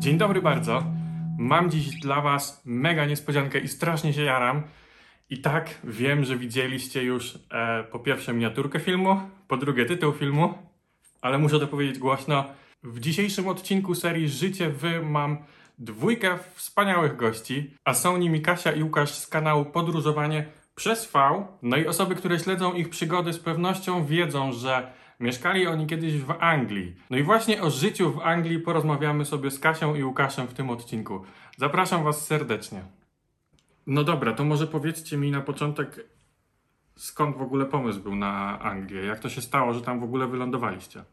Dzień dobry bardzo. Mam dziś dla Was mega niespodziankę i strasznie się jaram. I tak, wiem, że widzieliście już po pierwsze miniaturkę filmu, po drugie tytuł filmu, ale muszę to powiedzieć głośno. W dzisiejszym odcinku serii Życie Wy mam dwójkę wspaniałych gości, a są nimi Kasia i Łukasz z kanału Podróżowanie przez V. No i osoby, które śledzą ich przygody z pewnością wiedzą, że mieszkali oni kiedyś w Anglii. No i właśnie o życiu w Anglii porozmawiamy sobie z Kasią i Łukaszem w tym odcinku. Zapraszam Was serdecznie. No dobra, to może powiedzcie mi na początek, skąd w ogóle pomysł był na Anglię? Jak to się stało, że tam w ogóle wylądowaliście?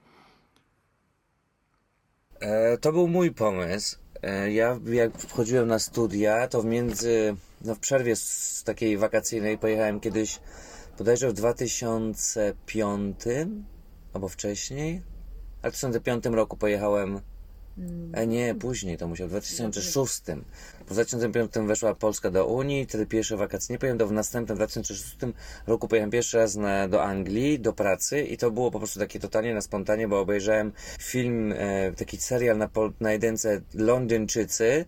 To był mój pomysł. Ja jak wchodziłem na studia, to w przerwie z takiej wakacyjnej pojechałem kiedyś, bodajże w 2005 albo wcześniej, ale w 2005 roku pojechałem, nie, później to musiał, w 2006. W 2005 weszła Polska do Unii, wtedy pierwsze wakacje, nie pojechałem, to w następnym, w 2006 roku pojechałem pierwszy raz do Anglii, do pracy i to było po prostu takie totalnie na spontanie, bo obejrzałem film, taki serial na jedynce Londyńczycy.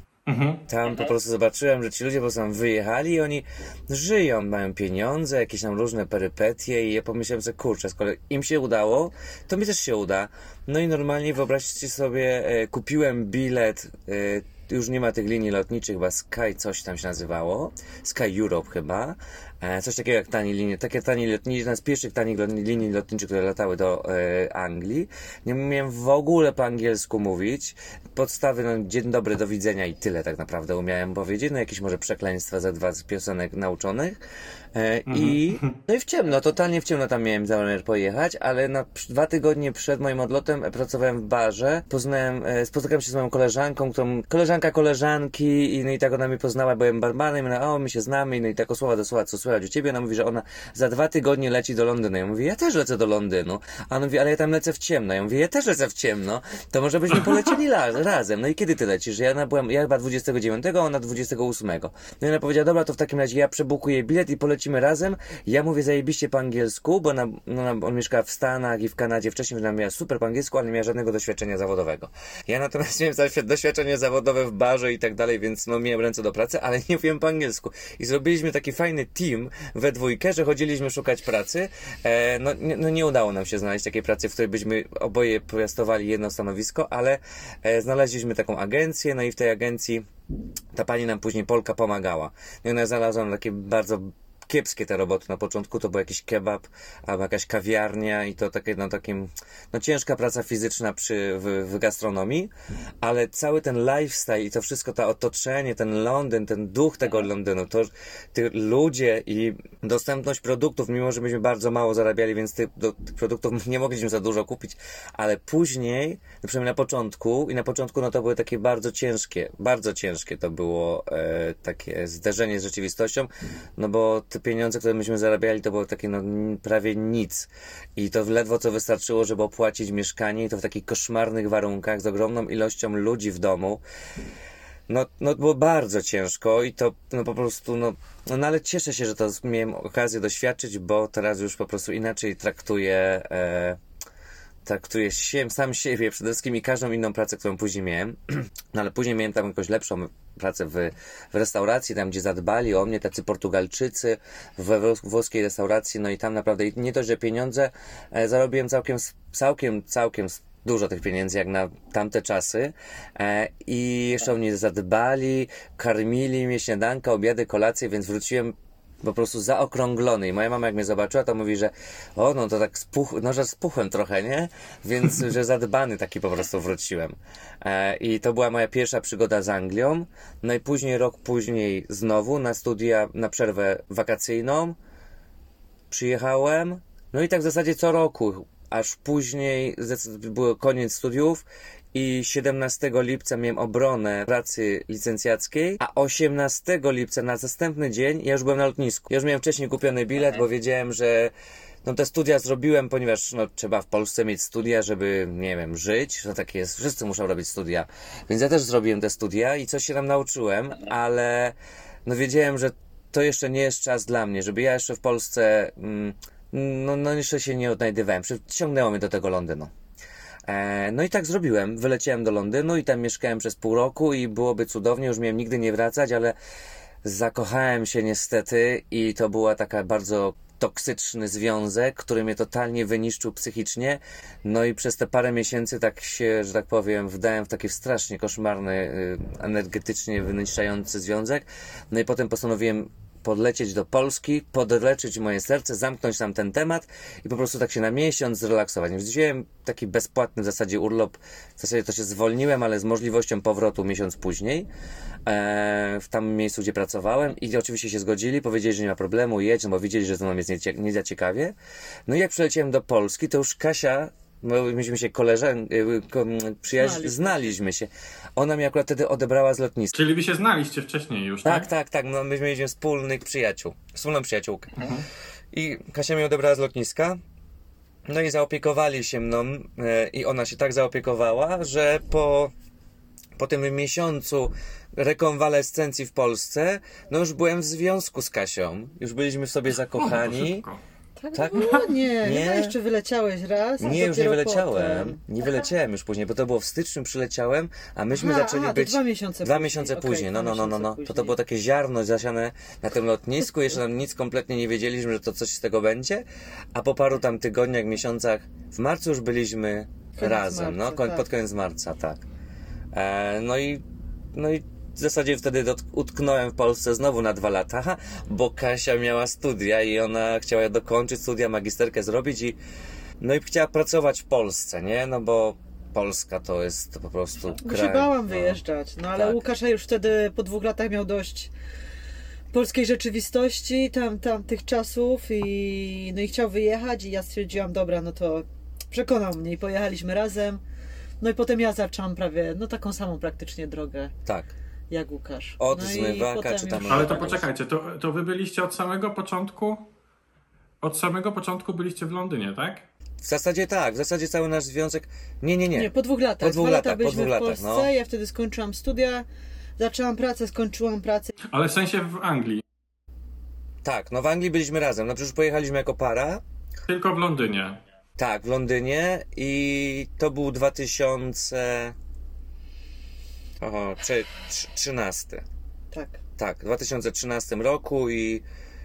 Tam po prostu zobaczyłem, że ci ludzie po prostu tam wyjechali i oni żyją, mają pieniądze, jakieś tam różne perypetie i ja pomyślałem sobie, kurczę, skoro im się udało, to mi też się uda. No i normalnie wyobraźcie sobie, kupiłem bilet, już nie ma tych linii lotniczych, chyba Sky coś tam się nazywało, Sky Europe chyba, coś takiego jak tanie linie, takie tanie lotnicze, jedna z pierwszych tanich linii lotniczych, które latały do Anglii. Nie umiałem w ogóle po angielsku mówić, podstawy, no dzień dobry, do widzenia i tyle tak naprawdę umiałem powiedzieć, no jakieś może przekleństwa za dwa z piosenek nauczonych. No i w ciemno, totalnie w ciemno tam miałem zamiar pojechać, ale na 2 tygodnie przed moim odlotem pracowałem w barze, spotykałem się z moją koleżanką, koleżanka koleżanki i no i tak ona mnie poznała, byłem barmanem, no my się znamy, no i tak o słowa do słowa, co słychać u ciebie, ona mówi, że ona za 2 tygodnie leci do Londynu. Ja mówię, ja też lecę do Londynu, a ona mówi, ale ja tam lecę w ciemno. Ja mówię, ja też lecę w ciemno, to może byśmy polecieli razem. No i kiedy ty lecisz? Ja chyba 29, a ona 28. No i ona powiedziała, dobra, to w takim razie ja przebukuję bilet i polecimy razem. Ja mówię zajebiście po angielsku, bo on mieszkała w Stanach i w Kanadzie wcześniej, ona miała super po angielsku, ale nie miała żadnego doświadczenia zawodowego. Ja natomiast miałem doświadczenie zawodowe w barze i tak dalej, więc no miałem ręce do pracy, ale nie mówiłem po angielsku. I zrobiliśmy taki fajny team we dwójkę, że chodziliśmy szukać pracy. Nie udało nam się znaleźć takiej pracy, w której byśmy oboje piastowali jedno stanowisko, ale znaleźliśmy taką agencję, no i w tej agencji ta pani nam później, Polka, pomagała. No i ona znalazła nam takie bardzo kiepskie te roboty na początku, to był jakiś kebab albo jakaś kawiarnia i to takie, ciężka praca fizyczna w gastronomii, ale cały ten lifestyle i to wszystko, to otoczenie, ten Londyn, ten duch tego Londynu, to ty ludzie i dostępność produktów, mimo że myśmy bardzo mało zarabiali, więc tych produktów nie mogliśmy za dużo kupić, ale później, przynajmniej na początku no to były takie bardzo ciężkie to było takie zderzenie z rzeczywistością, no bo te pieniądze, które myśmy zarabiali, to było takie prawie nic. I to ledwo co wystarczyło, żeby opłacić mieszkanie i to w takich koszmarnych warunkach z ogromną ilością ludzi w domu. No było bardzo ciężko i to po prostu ale cieszę się, że to miałem okazję doświadczyć, bo teraz już po prostu inaczej traktuję sam siebie przede wszystkim i każdą inną pracę, którą później miałem. No ale później miałem tam jakąś lepszą pracę w restauracji, tam gdzie zadbali o mnie tacy Portugalczycy we włoskiej restauracji, no i tam naprawdę nie dość, że pieniądze zarobiłem całkiem dużo tych pieniędzy jak na tamte czasy i jeszcze o mnie zadbali, karmili mnie śniadanka, obiady, kolacje, więc wróciłem po prostu zaokrąglony i moja mama jak mnie zobaczyła, to mówi, że to tak że spuchłem trochę, nie? Więc, że zadbany taki po prostu wróciłem. I to była moja pierwsza przygoda z Anglią. No i później, rok później znowu na studia, na przerwę wakacyjną przyjechałem. No i tak w zasadzie co roku, aż później był koniec studiów i 17 lipca miałem obronę pracy licencjackiej, a 18 lipca na następny dzień ja już byłem na lotnisku. Ja już miałem wcześniej kupiony bilet, bo wiedziałem, że te studia zrobiłem, ponieważ trzeba w Polsce mieć studia, żeby, nie wiem, żyć, że tak jest, wszyscy muszą robić studia. Więc ja też zrobiłem te studia i coś się tam nauczyłem, ale wiedziałem, że to jeszcze nie jest czas dla mnie, żeby ja jeszcze w Polsce, jeszcze się nie odnajdywałem. Ciągnęło mnie do tego Londynu. No i tak zrobiłem. Wyleciałem do Londynu i tam mieszkałem przez pół roku i byłoby cudownie, już miałem nigdy nie wracać, ale zakochałem się niestety i to była taka bardzo toksyczny związek, który mnie totalnie wyniszczył psychicznie. No i przez te parę miesięcy tak się, że tak powiem, wdałem w taki strasznie koszmarny, energetycznie wyniszczający związek. No i potem postanowiłem podlecieć do Polski, podleczyć moje serce, zamknąć tam ten temat i po prostu tak się na miesiąc zrelaksować. Więc wziąłem taki bezpłatny w zasadzie urlop, w zasadzie to się zwolniłem, ale z możliwością powrotu miesiąc później w tam miejscu, gdzie pracowałem i oczywiście się zgodzili, powiedzieli, że nie ma problemu, jedź, no bo widzieli, że ze mną jest nie za ciekawie. No i jak przyleciałem do Polski, to już Kasia, bo myśmy się znaliśmy się. Ona mnie akurat wtedy odebrała z lotniska. Czyli wy się znaliście wcześniej już, tak? Tak. No, myśmy mieliśmy wspólnych przyjaciół. Wspólną przyjaciółkę. I Kasia mnie odebrała z lotniska. No i zaopiekowali się mną. I ona się tak zaopiekowała, że po tym miesiącu rekonwalescencji w Polsce, no już byłem w związku z Kasią. Już byliśmy w sobie zakochani. Tak było? Nie, chyba jeszcze wyleciałeś raz. Nie, już nie wyleciałem. Potem. Nie wyleciałem już później, bo to było w styczniu przyleciałem, a myśmy zaczęli być... Dwa miesiące później. No. To było takie ziarno zasiane na tym lotnisku, jeszcze nam nic kompletnie nie wiedzieliśmy, że to coś z tego będzie, a po paru tam tygodniach, miesiącach, w marcu już byliśmy razem, pod koniec marca, tak. No i w zasadzie wtedy utknąłem w Polsce znowu na 2 lata, bo Kasia miała studia i ona chciała dokończyć studia, magisterkę zrobić i chciała pracować w Polsce, nie? No bo Polska to jest po prostu kraj. Się bałam wyjeżdżać, ale tak. Łukasza już wtedy po 2 latach miał dość polskiej rzeczywistości, tych czasów i chciał wyjechać i ja stwierdziłam, dobra, no to przekonał mnie i pojechaliśmy razem. No i potem ja zaczęłam prawie, taką samą praktycznie drogę. Tak. Jak Łukasz. Od zmywaka czy tam... Ale to poczekajcie, to wy byliście od samego początku? Od samego początku byliście w Londynie, tak? W zasadzie tak, cały nasz związek... Nie. Nie, po 2 latach. Po 2 latach byliśmy w Polsce, ja wtedy skończyłam studia, zaczęłam pracę, skończyłam pracę. Ale w sensie w Anglii? Tak, w Anglii byliśmy razem, przecież pojechaliśmy jako para. Tylko w Londynie? Tak, w Londynie i to był 2013. Tak, w 2013 roku i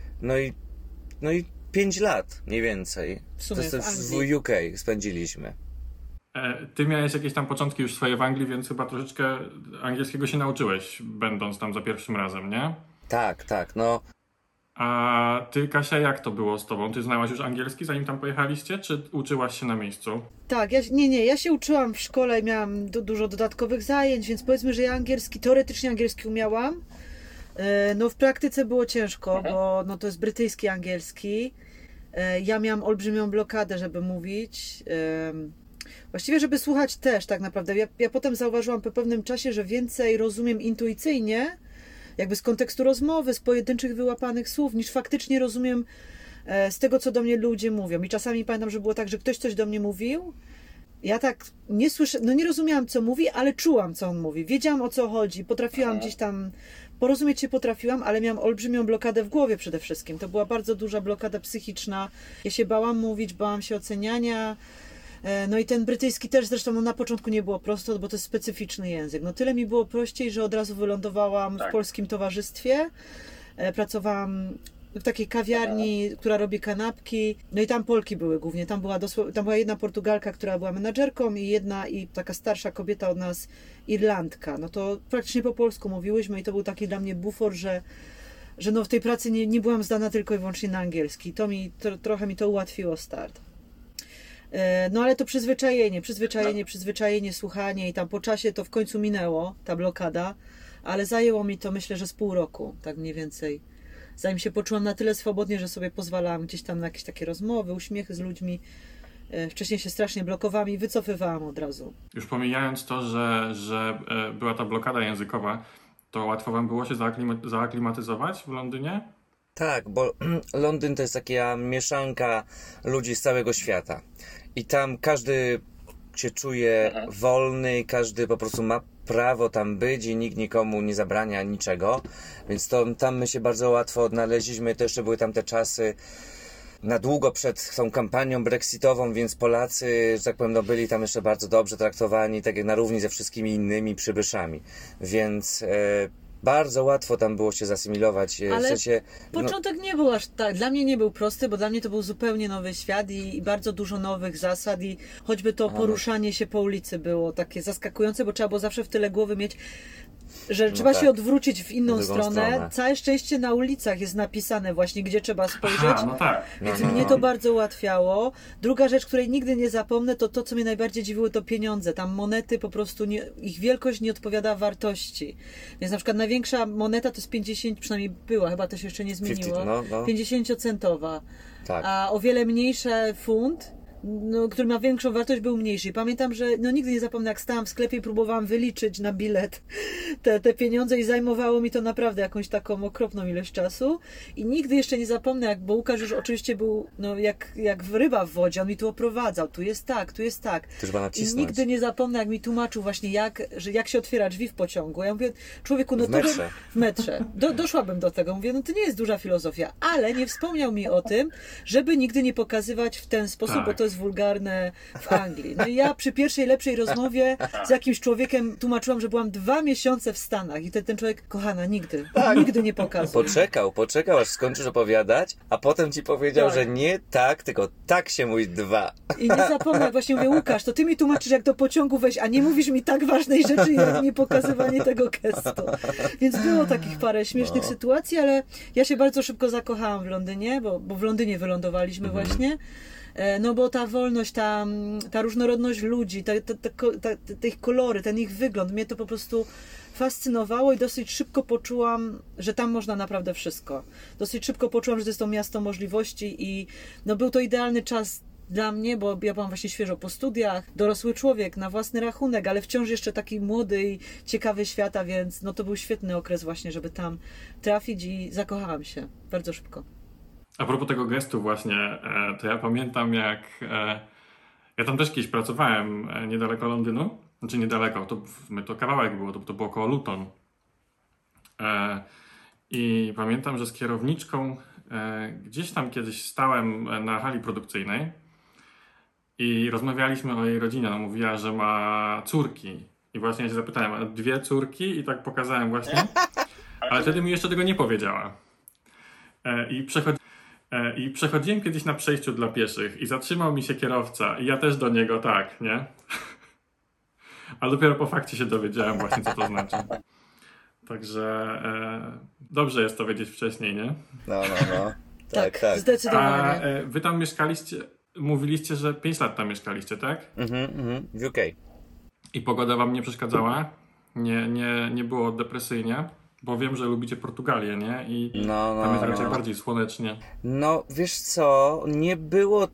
5 lat mniej więcej. W sumie to w UK spędziliśmy. Ty miałeś jakieś tam początki już swoje w Anglii, więc chyba troszeczkę angielskiego się nauczyłeś, będąc tam za pierwszym razem, nie? Tak, no. A ty, Kasia, jak to było z tobą? Ty znałaś już angielski, zanim tam pojechaliście, czy uczyłaś się na miejscu? Tak, ja się uczyłam w szkole, miałam dużo dodatkowych zajęć, więc powiedzmy, że ja teoretycznie angielski umiałam. W praktyce było ciężko, bo to jest brytyjski angielski. Ja miałam olbrzymią blokadę, żeby mówić. Właściwie, żeby słuchać też tak naprawdę. Ja potem zauważyłam po pewnym czasie, że więcej rozumiem intuicyjnie, jakby z kontekstu rozmowy, z pojedynczych wyłapanych słów, niż faktycznie rozumiem z tego, co do mnie ludzie mówią. I czasami pamiętam, że było tak, że ktoś coś do mnie mówił, ja tak nie słyszę, nie rozumiałam, co mówi, ale czułam, co on mówi. Wiedziałam, o co chodzi, potrafiłam gdzieś tam, porozumieć się potrafiłam, ale miałam olbrzymią blokadę w głowie przede wszystkim. To była bardzo duża blokada psychiczna. Ja się bałam mówić, bałam się oceniania. I ten brytyjski też zresztą na początku nie było prosto, bo to jest specyficzny język. Tyle mi było prościej, że od razu wylądowałam w polskim towarzystwie. Pracowałam w takiej kawiarni, która robi kanapki. I tam Polki były głównie. Tam była jedna Portugalka, która była menadżerką i taka starsza kobieta od nas, Irlandka. To praktycznie po polsku mówiłyśmy i to był taki dla mnie bufor, że w tej pracy nie byłam zdana tylko i wyłącznie na angielski. Trochę mi to ułatwiło start. Ale to przyzwyczajenie, słuchanie i tam po czasie to w końcu minęło, ta blokada, ale zajęło mi to, myślę, że z pół roku, tak mniej więcej, zanim się poczułam na tyle swobodnie, że sobie pozwalałam gdzieś tam na jakieś takie rozmowy, uśmiechy z ludźmi. Wcześniej się strasznie blokowałam i wycofywałam od razu. Już pomijając to, że była ta blokada językowa, to łatwo wam było się zaaklimatyzować w Londynie? Tak, bo Londyn to jest taka mieszanka ludzi z całego świata. I tam każdy się czuje wolny, każdy po prostu ma prawo tam być i nikt nikomu nie zabrania niczego. Więc tam my się bardzo łatwo odnaleźliśmy. To jeszcze były tam te czasy na długo przed tą kampanią brexitową, więc Polacy, że tak powiem, no, byli tam jeszcze bardzo dobrze traktowani, tak jak na równi ze wszystkimi innymi przybyszami. Więc bardzo łatwo tam było się zasymilować. Ale w sensie, początek nie był aż tak, dla mnie nie był prosty, bo dla mnie to był zupełnie nowy świat i bardzo dużo nowych zasad i choćby to poruszanie się po ulicy było takie zaskakujące, bo trzeba było zawsze w tyle głowy mieć, że trzeba się odwrócić w inną stronę. Całe szczęście na ulicach jest napisane właśnie, gdzie trzeba spojrzeć. Aha, no tak. Więc mnie to bardzo ułatwiało. Druga rzecz, której nigdy nie zapomnę, to co mnie najbardziej dziwiło, to pieniądze. Tam monety po prostu, ich wielkość nie odpowiada wartości. Więc na przykład największa moneta to jest 50, przynajmniej była, chyba to się jeszcze nie zmieniło. 50-centowa. Tak. A o wiele mniejsze funt, który ma większą wartość, był mniejszy. Pamiętam, że nigdy nie zapomnę, jak stałam w sklepie i próbowałam wyliczyć na bilet te pieniądze i zajmowało mi to naprawdę jakąś taką okropną ilość czasu. I nigdy jeszcze nie zapomnę, bo Łukasz już oczywiście był jak ryba w wodzie, on mi tu oprowadzał, tu jest tak, tu jest tak. I nigdy nie zapomnę, jak mi tłumaczył właśnie, jak się otwiera drzwi w pociągu. Ja mówię, człowieku, w metrze. Doszłabym do tego. Mówię, to nie jest duża filozofia, ale nie wspomniał mi o tym, żeby nigdy nie pokazywać w ten sposób, bo to jest wulgarne w Anglii. No i ja przy pierwszej lepszej rozmowie z jakimś człowiekiem tłumaczyłam, że byłam 2 miesiące w Stanach i ten człowiek, kochana, nigdy nie pokazał. Poczekał, aż skończysz opowiadać, a potem ci powiedział, że nie tak, tylko tak się mówi 2. I nie zapomnę, jak właśnie mówię, Łukasz, to ty mi tłumaczysz, jak do pociągu wejść, a nie mówisz mi tak ważnej rzeczy, jak nie pokazywanie tego gestu. Więc było takich parę śmiesznych sytuacji, ale ja się bardzo szybko zakochałam w Londynie, bo w Londynie wylądowaliśmy właśnie. No bo ta wolność, ta różnorodność ludzi, te ich kolory, ten ich wygląd, mnie to po prostu fascynowało i dosyć szybko poczułam, że tam można naprawdę wszystko. Dosyć szybko poczułam, że to jest to miasto możliwości i był to idealny czas dla mnie, bo ja byłam właśnie świeżo po studiach, dorosły człowiek na własny rachunek, ale wciąż jeszcze taki młody i ciekawy świata, więc to był świetny okres właśnie, żeby tam trafić i zakochałam się bardzo szybko. A propos tego gestu właśnie, to ja pamiętam jak ja tam też kiedyś pracowałem niedaleko Londynu, znaczy niedaleko, to kawałek było, to było koło Luton. I pamiętam, że z kierowniczką gdzieś tam kiedyś stałem na hali produkcyjnej i rozmawialiśmy o jej rodzinie. Ona mówiła, że ma córki. I właśnie ja się zapytałem, a 2 córki? I tak pokazałem właśnie. Ale wtedy mi jeszcze tego nie powiedziała. I przechodziłem kiedyś na przejściu dla pieszych i zatrzymał mi się kierowca i ja też do niego tak, nie? A dopiero po fakcie się dowiedziałem właśnie, co to znaczy. Także dobrze jest to wiedzieć wcześniej, nie? No. Tak. Zdecydowanie. A wy tam mieszkaliście, mówiliście, że 5 lat tam mieszkaliście, tak? W UK. I pogoda wam nie przeszkadzała? Nie było depresyjnie? Bo wiem, że lubicie Portugalię, nie? I tam jest raczej bardziej słonecznie. No, wiesz co, nie było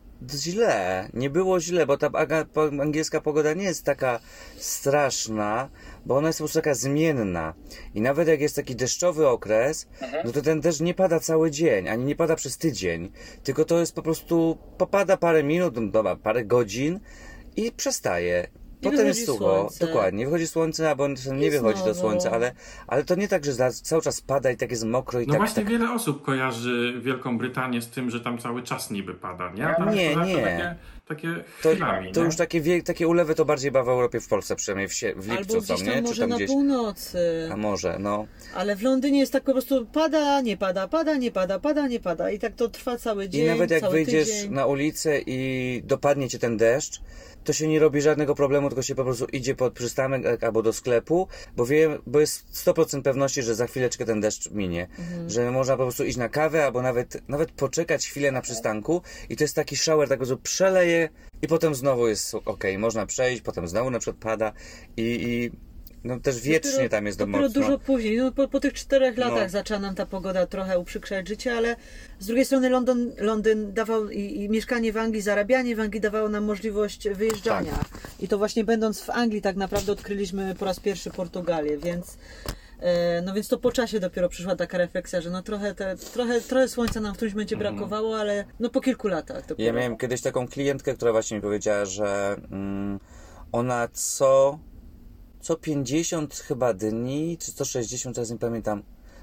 źle, bo ta angielska pogoda nie jest taka straszna, bo ona jest po prostu taka zmienna. I nawet jak jest taki deszczowy okres, no to ten deszcz nie pada cały dzień, ani nie pada przez tydzień, tylko to jest po prostu, popada parę minut, parę godzin i przestaje. Potem jest sucho, dokładnie, wychodzi słońce, albo nie wychodzi to słońce, ale to nie tak, że cały czas pada i tak jest mokro i no tak... No właśnie tak... wiele osób kojarzy Wielką Brytanię z tym, że tam cały czas niby pada, nie? A tam nie. Takie chwilami, to już takie ulewy to bardziej chyba w Europie, w Polsce przynajmniej w lipcu albo gdzieś są, tam nie? może czy tam na gdzieś... północy. A może, no. Ale w Londynie jest tak po prostu pada, nie pada, pada, nie pada, pada, nie pada i tak to trwa cały dzień, I nawet jak wyjdziesz tydzień. na ulicę i dopadnie cię ten deszcz, to się nie robi żadnego problemu, tylko się po prostu idzie pod przystanek albo do sklepu, bo jest 100% pewności, że za chwileczkę ten deszcz minie. Że można po prostu iść na kawę, albo nawet poczekać chwilę na przystanku i to jest taki shower, tak że przeleje i potem znowu jest okej, można przejść, potem znowu na przykład pada i no też wiecznie tam jest dopiero mocno. Dużo później, po tych 4 latach zaczęła nam ta pogoda trochę uprzykrzać życie, ale z drugiej strony Londyn dawał i mieszkanie w Anglii, zarabianie w Anglii dawało nam możliwość wyjeżdżania. Tak. I to właśnie będąc w Anglii tak naprawdę odkryliśmy po raz pierwszy Portugalię, więc to po czasie dopiero przyszła taka refleksja, że trochę słońca nam w którymś momencie brakowało, ale po kilku latach. Dopiero. Ja miałem kiedyś taką klientkę, która właśnie mi powiedziała, że ona co 50 chyba dni, czy 160, teraz nie pamiętam,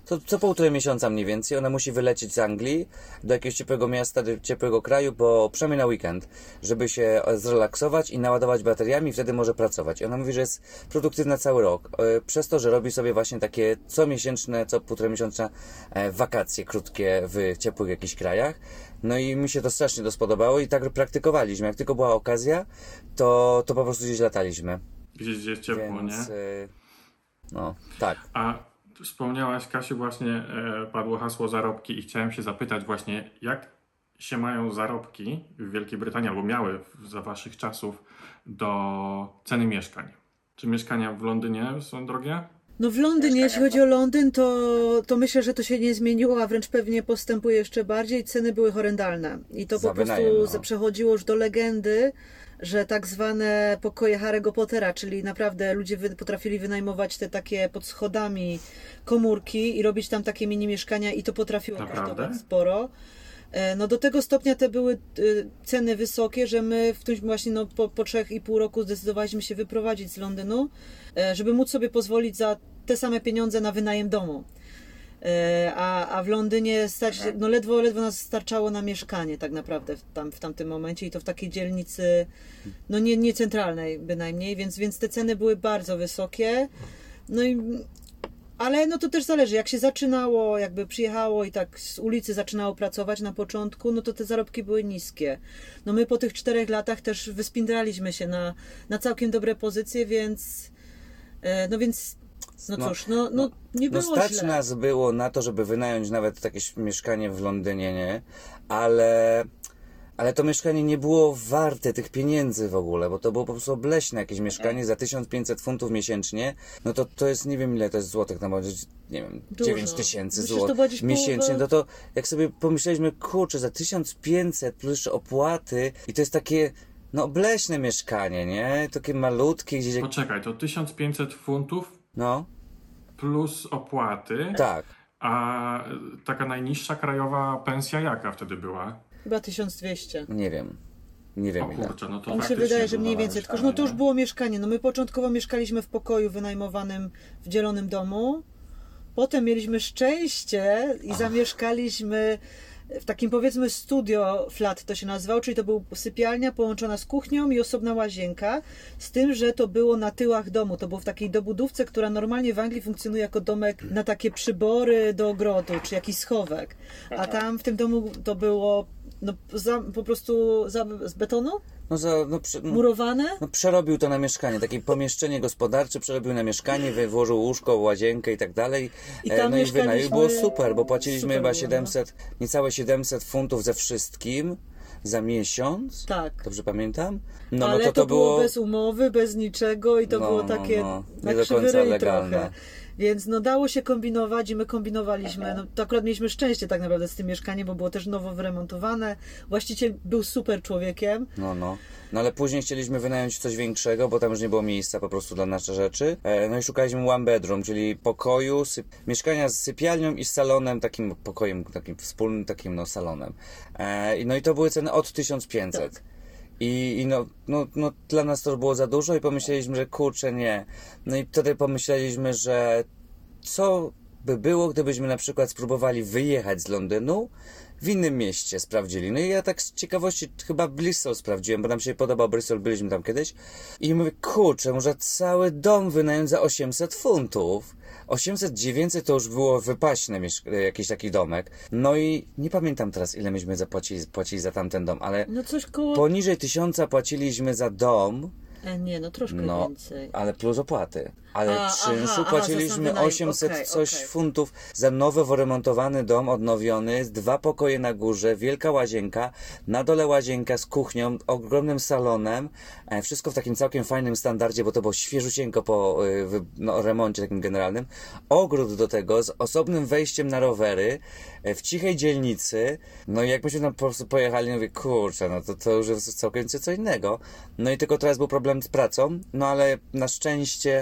to co półtorej miesiąca mniej więcej ona musi wylecieć z Anglii do jakiegoś ciepłego miasta, do ciepłego kraju, bo przynajmniej na weekend, żeby się zrelaksować i naładować bateriami, wtedy może pracować. I ona mówi, że jest produktywna cały rok, przez to, że robi sobie właśnie takie comiesięczne, co półtorej miesiąca wakacje krótkie w ciepłych jakichś krajach. No i mi się to strasznie to spodobało i tak praktykowaliśmy. Jak tylko była okazja, to po prostu gdzieś lataliśmy. Gdzieś jest ciepło, Więc, nie? No, tak. A wspomniałaś, Kasiu, właśnie padło hasło zarobki i chciałem się zapytać właśnie, jak się mają zarobki w Wielkiej Brytanii, albo miały za waszych czasów, do ceny mieszkań? Czy mieszkania w Londynie są drogie? No w Londynie, jeśli chodzi o Londyn, to myślę, że to się nie zmieniło, a wręcz pewnie postępuje jeszcze bardziej. Ceny były horrendalne i to po prostu przechodziło już do legendy, że tak zwane pokoje Harry'ego Pottera, czyli naprawdę ludzie potrafili wynajmować te takie pod schodami komórki i robić tam takie mini mieszkania i to potrafiło kosztować sporo. No do tego stopnia te były ceny wysokie, że my w którymś właśnie po 3,5 roku zdecydowaliśmy się wyprowadzić z Londynu, żeby móc sobie pozwolić za te same pieniądze na wynajem domu. A w Londynie ledwo nas starczało na mieszkanie tak naprawdę w tamtym momencie i to w takiej dzielnicy no nie centralnej bynajmniej, więc te ceny były bardzo wysokie. Ale no to też zależy, jak się zaczynało, jakby przyjechało i tak z ulicy zaczynało pracować na początku, no to te zarobki były niskie. No my po tych 4 latach też wyspindraliśmy się na całkiem dobre pozycje, więc nie było stać źle. nas było na to, żeby wynająć nawet takie mieszkanie w Londynie, nie? Ale to mieszkanie nie było warte tych pieniędzy w ogóle, bo to było po prostu obleśne jakieś mieszkanie za 1500 funtów miesięcznie. No to jest, nie wiem ile to jest złotych, no nie wiem, 9000 złotych miesięcznie. No to jak sobie pomyśleliśmy, kurczę, za 1500 plus jeszcze opłaty i to jest takie, no obleśne mieszkanie, nie? Takie malutkie gdzieś. Poczekaj, to 1500 funtów no plus opłaty. Tak. A taka najniższa krajowa pensja jaka wtedy była? Chyba 1200. Nie wiem O kurczę, no to mi się wydaje, że mniej więcej. Tylko, no to już było mieszkanie. No my początkowo mieszkaliśmy w pokoju wynajmowanym w dzielonym domu. Potem mieliśmy szczęście i zamieszkaliśmy w takim, powiedzmy, studio flat to się nazywało, czyli to była sypialnia połączona z kuchnią i osobna łazienka, z tym, że to było na tyłach domu. To było w takiej dobudówce, która normalnie w Anglii funkcjonuje jako domek na takie przybory do ogrodu, czy jakiś schowek. A tam w tym domu to było po prostu z betonu? Murowane? No przerobił to na mieszkanie, takie pomieszczenie gospodarcze przerobił na mieszkanie, włożył łóżko, łazienkę i tak dalej. I tam i wynajął. Było super, bo płaciliśmy chyba było, niecałe 700 funtów ze wszystkim za miesiąc. Tak. Dobrze pamiętam? Ale to było bez umowy, bez niczego i to było takie nie do końca legalne. Trochę. Więc dało się kombinować i my kombinowaliśmy. To akurat mieliśmy szczęście tak naprawdę z tym mieszkaniem, bo było też nowo wyremontowane. Właściciel był super człowiekiem. No ale później chcieliśmy wynająć coś większego, bo tam już nie było miejsca po prostu dla naszych rzeczy. No i szukaliśmy one bedroom, czyli pokoju, mieszkania z sypialnią i z salonem, takim pokojem, takim wspólnym takim salonem. No i to były ceny od 1500. Tak. I dla nas to było za dużo i pomyśleliśmy, że kurczę, nie. No i wtedy pomyśleliśmy, że co by było, gdybyśmy na przykład spróbowali wyjechać z Londynu, w innym mieście sprawdzili. No i ja tak z ciekawości chyba Bristol sprawdziłem, bo nam się podobał Bristol, byliśmy tam kiedyś. I mówię, kurczę, może cały dom wynająć za 800 funtów. 800-900 to już było wypaśne jakiś taki domek. No i nie pamiętam teraz, ile myśmy zapłacili za tamten dom, ale coś koło... poniżej 1000 płaciliśmy za dom. Troszkę więcej. Ale plus opłaty. Ale czynszu płaciliśmy 800 funtów za nowo wyremontowany dom, odnowiony, 2 pokoje na górze, wielka łazienka, na dole łazienka z kuchnią, ogromnym salonem, wszystko w takim całkiem fajnym standardzie, bo to było świeżusieńko po remoncie takim generalnym. Ogród do tego z osobnym wejściem na rowery, w cichej dzielnicy. No i jak myśmy tam po prostu pojechali, mówię, kurczę, to już jest całkiem co innego. No i tylko teraz był problem z pracą, ale na szczęście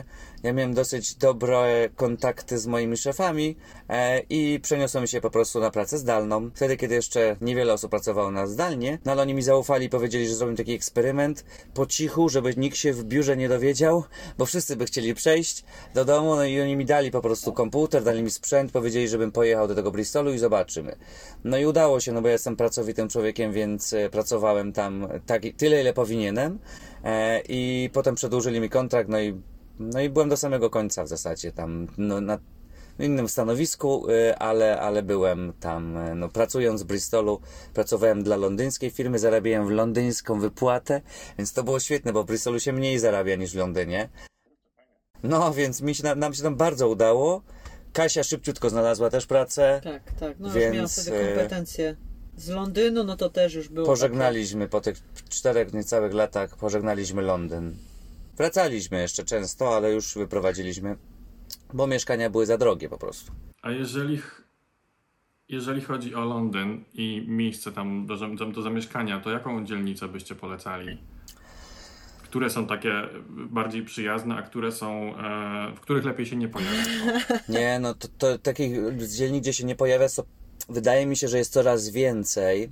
Ja miałem dosyć dobre kontakty z moimi szefami i przeniosłem się po prostu na pracę zdalną. Wtedy, kiedy jeszcze niewiele osób pracowało na zdalnie, no ale oni mi zaufali i powiedzieli, że zrobią taki eksperyment po cichu, żeby nikt się w biurze nie dowiedział, bo wszyscy by chcieli przejść do domu, no i oni mi dali po prostu komputer, dali mi sprzęt, powiedzieli, żebym pojechał do tego Bristolu i zobaczymy. No i udało się, no bo ja jestem pracowitym człowiekiem, więc pracowałem tam tyle, ile powinienem i potem przedłużyli mi kontrakt, no i byłem do samego końca w zasadzie tam, no, na innym stanowisku, ale byłem tam, no, pracując w Bristolu, pracowałem dla londyńskiej firmy, zarabiałem w londyńską wypłatę, więc to było świetne, bo w Bristolu się mniej zarabia niż w Londynie. No, więc nam się tam bardzo udało. Kasia szybciutko znalazła też pracę. Tak, no więc już miała wtedy kompetencje z Londynu, no to też już było pożegnaliśmy po tych 4 niecałych latach, pożegnaliśmy Londyn. Wracaliśmy jeszcze często, ale już wyprowadziliśmy, bo mieszkania były za drogie po prostu. A jeżeli chodzi o Londyn i miejsce tam do zamieszkania, to jaką dzielnicę byście polecali? Które są takie bardziej przyjazne, a które są, w których lepiej się nie pojawiać? Nie, no to takich dzielnic, gdzie się nie pojawia, to wydaje mi się, że jest coraz więcej.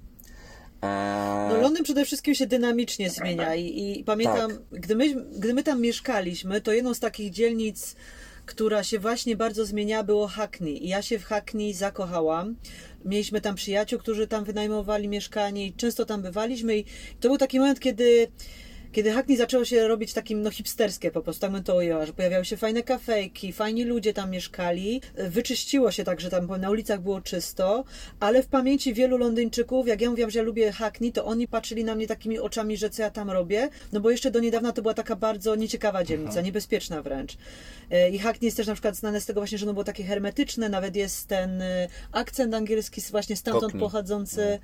No Londyn przede wszystkim się dynamicznie zmienia i pamiętam, tak. gdy my tam mieszkaliśmy, to jedną z takich dzielnic, która się właśnie bardzo zmieniała, było Hackney. I ja się w Hackney zakochałam. Mieliśmy tam przyjaciół, którzy tam wynajmowali mieszkanie i często tam bywaliśmy i to był taki moment, kiedy Hackney zaczęło się robić takim, no, hipsterskie po prostu, tak bym to ujęła, że pojawiały się fajne kafejki, fajni ludzie tam mieszkali, wyczyściło się tak, że tam na ulicach było czysto, ale w pamięci wielu Londyńczyków, jak ja mówiłam, że ja lubię Hackney, to oni patrzyli na mnie takimi oczami, że co ja tam robię, no bo jeszcze do niedawna to była taka bardzo nieciekawa dzielnica, niebezpieczna wręcz. I Hackney jest też na przykład znane z tego właśnie, że ono było takie hermetyczne, nawet jest ten akcent angielski właśnie stamtąd Cockney. pochodzący,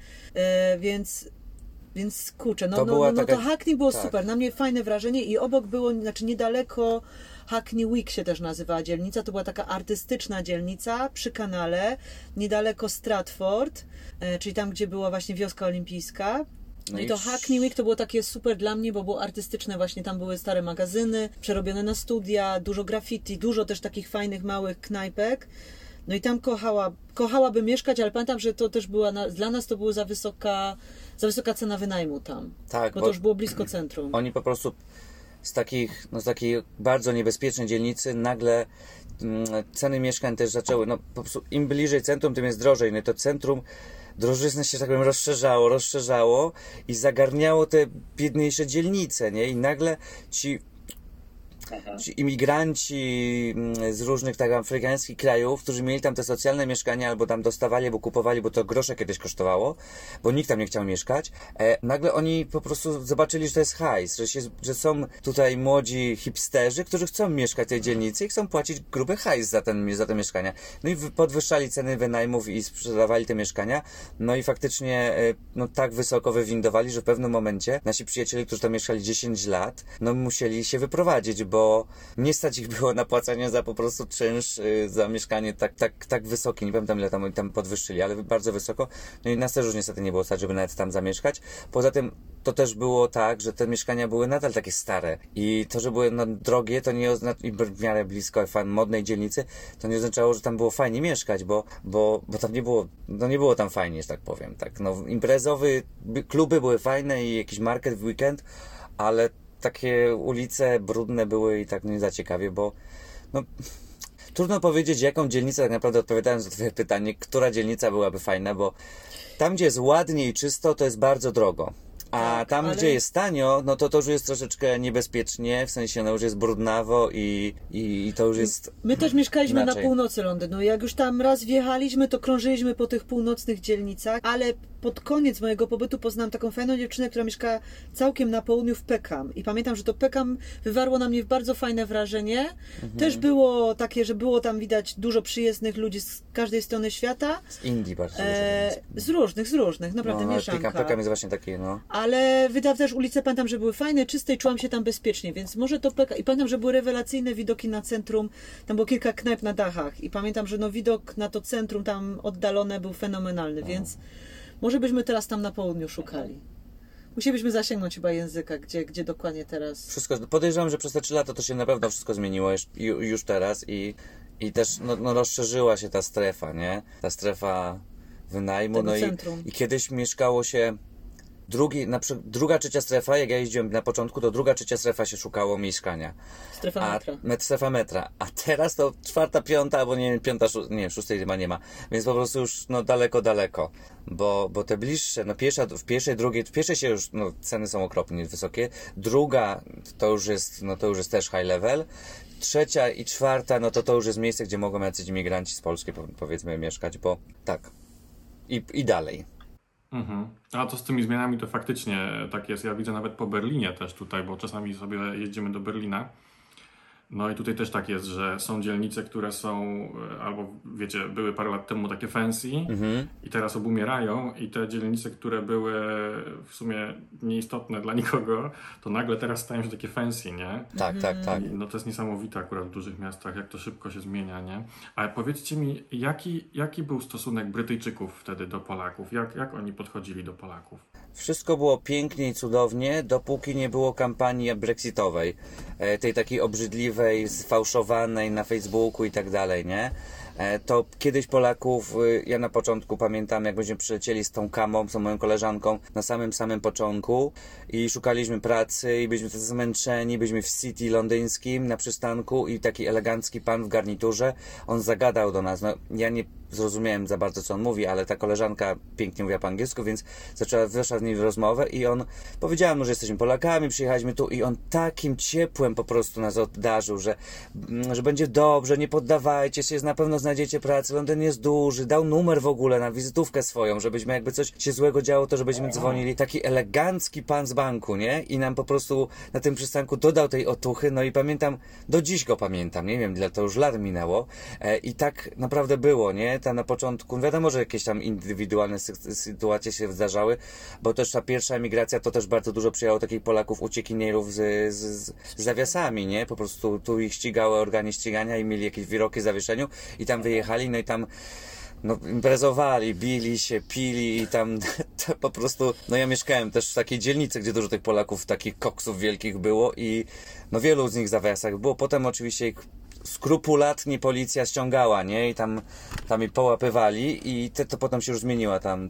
więc kurczę, To była taka... to Hackney było tak. super, na mnie fajne wrażenie i obok było, znaczy niedaleko Hackney Wick się też nazywała dzielnica, to była taka artystyczna dzielnica przy kanale, niedaleko Stratford, czyli tam, gdzie była właśnie wioska olimpijska. No i to Hackney Wick to było takie super dla mnie, bo było artystyczne właśnie, tam były stare magazyny, przerobione na studia, dużo graffiti, dużo też takich fajnych, małych knajpek. No i tam kochałabym mieszkać, ale pamiętam, że to też była, dla nas to była za wysoka cena wynajmu tam, tak, bo to już było blisko centrum. Oni po prostu z takiej bardzo niebezpiecznej dzielnicy nagle ceny mieszkań też zaczęły, no po prostu im bliżej centrum, tym jest drożej, no i to centrum drożyzna się, tak powiem, rozszerzało i zagarniało te biedniejsze dzielnice, nie? I nagle ci imigranci z różnych tak afrykańskich krajów, którzy mieli tam te socjalne mieszkania albo tam dostawali, albo kupowali, bo to grosze kiedyś kosztowało, bo nikt tam nie chciał mieszkać, nagle oni po prostu zobaczyli, że to jest hajs, że są tutaj młodzi hipsterzy, którzy chcą mieszkać w tej dzielnicy i chcą płacić gruby hajs za te mieszkania. No i podwyższali ceny wynajmów i sprzedawali te mieszkania, no i faktycznie no tak wysoko wywindowali, że w pewnym momencie nasi przyjaciele, którzy tam mieszkali 10 lat, no musieli się wyprowadzić, bo nie stać ich było na płacenie za po prostu czynsz za mieszkanie tak wysoki. Nie pamiętam, ile tam podwyższyli, ale bardzo wysoko. No i nas też już niestety nie było stać, żeby nawet tam zamieszkać. Poza tym to też było tak, że te mieszkania były nadal takie stare i to, że były drogie, to nie oznaczało, i w miarę blisko modnej dzielnicy, to nie oznaczało, że tam było fajnie mieszkać, bo tam nie było tam fajnie, że tak powiem. Tak, no, kluby były fajne i jakiś market w weekend, ale takie ulice brudne były i tak nie za ciekawie, bo no, trudno powiedzieć, jaką dzielnicę, tak naprawdę odpowiadając na twoje pytanie, która dzielnica byłaby fajna, bo tam, gdzie jest ładnie i czysto, to jest bardzo drogo. A tam, gdzie jest tanio, no to już jest troszeczkę niebezpiecznie, w sensie no już jest brudnawo i to już jest My też mieszkaliśmy inaczej. na północy Londynu. Jak już tam raz wjechaliśmy, to krążyliśmy po tych północnych dzielnicach, ale pod koniec mojego pobytu poznałam taką fajną dziewczynę, która mieszka całkiem na południu w Peckham. I pamiętam, że to Peckham wywarło na mnie bardzo fajne wrażenie. Też było takie, że było tam widać dużo przyjezdnych ludzi z każdej strony świata. Z Indii bardzo Z różnych, naprawdę mieszanka. Peckham jest właśnie taki, no. Ale też ulice, pamiętam, że były fajne, czyste i czułam się tam bezpiecznie, więc może to Peckham. I pamiętam, że były rewelacyjne widoki na centrum, tam było kilka knajp na dachach i pamiętam, że no widok na to centrum tam oddalone był fenomenalny, więc może byśmy teraz tam na południu szukali. Musielibyśmy zasięgnąć chyba języka, gdzie dokładnie teraz. Wszystko, podejrzewam, że przez te 3 lata to się na pewno wszystko zmieniło już teraz i też rozszerzyła się ta strefa, nie? Ta strefa wynajmu, Tego no centrum. i kiedyś mieszkało się druga, trzecia strefa, jak ja jeździłem na początku, to druga, trzecia strefa się szukało mieszkania. Strefa metra. Strefa metra. A teraz to 4., 5., albo nie wiem, 5., 6. chyba nie ma. Więc po prostu już daleko. Bo te bliższe, w pierwszej się już, ceny są okropnie wysokie. Druga to już jest też high level. 3. i 4., to już jest miejsce, gdzie mogą jacyś imigranci z Polski, powiedzmy, mieszkać, bo tak. I dalej. Mhm. A to z tymi zmianami to faktycznie tak jest. Ja widzę nawet po Berlinie też tutaj, bo czasami sobie jeździmy do Berlina. No i tutaj też tak jest, że są dzielnice, które są, albo wiecie, były parę lat temu takie fancy i teraz obumierają i te dzielnice, które były w sumie nieistotne dla nikogo, to nagle teraz stają się takie fancy, nie? Tak. No to jest niesamowite akurat w dużych miastach, jak to szybko się zmienia, nie? Ale powiedzcie mi, jaki był stosunek Brytyjczyków wtedy do Polaków? Jak oni podchodzili do Polaków? Wszystko było pięknie i cudownie, dopóki nie było kampanii brexitowej. Tej takiej obrzydliwej, sfałszowanej na Facebooku i tak dalej, nie? To kiedyś Polaków, ja na początku pamiętam, jak byśmy przylecieli z tą Kamą, z moją koleżanką, na samym początku i szukaliśmy pracy i byliśmy tacy zmęczeni, byliśmy w City londyńskim na przystanku i taki elegancki pan w garniturze, on zagadał do nas, ja nie zrozumiałem za bardzo, co on mówi, ale ta koleżanka pięknie mówiła po angielsku, więc weszła z nim w rozmowę i on, powiedziałem mu, że jesteśmy Polakami, przyjechaliśmy tu i on takim ciepłem po prostu nas obdarzył, że będzie dobrze, nie poddawajcie się, na pewno znajdziecie pracę, Londyn jest duży, dał numer w ogóle na wizytówkę swoją, żebyśmy jakby coś się złego działo, to żebyśmy dzwonili. Taki elegancki pan z banku, nie? I nam po prostu na tym przystanku dodał tej otuchy, no i pamiętam, do dziś go pamiętam, nie wiem, ile to już lat minęło i tak naprawdę było, nie? Tam na początku, wiadomo, że jakieś tam indywidualne sytuacje się zdarzały, bo też ta pierwsza emigracja to też bardzo dużo przyjechało takich Polaków, uciekinierów z zawiasami, nie? Po prostu tu ich ścigały organy ścigania i mieli jakieś wyroki w zawieszeniu i tam wyjechali, no i tam imprezowali, bili się, pili i tam po prostu, ja mieszkałem też w takiej dzielnicy, gdzie dużo tych Polaków, takich koksów wielkich było i wielu z nich w zawiasach było. Potem oczywiście ich skrupulatnie policja ściągała, nie? I tam ich połapywali i to potem się już zmieniła tam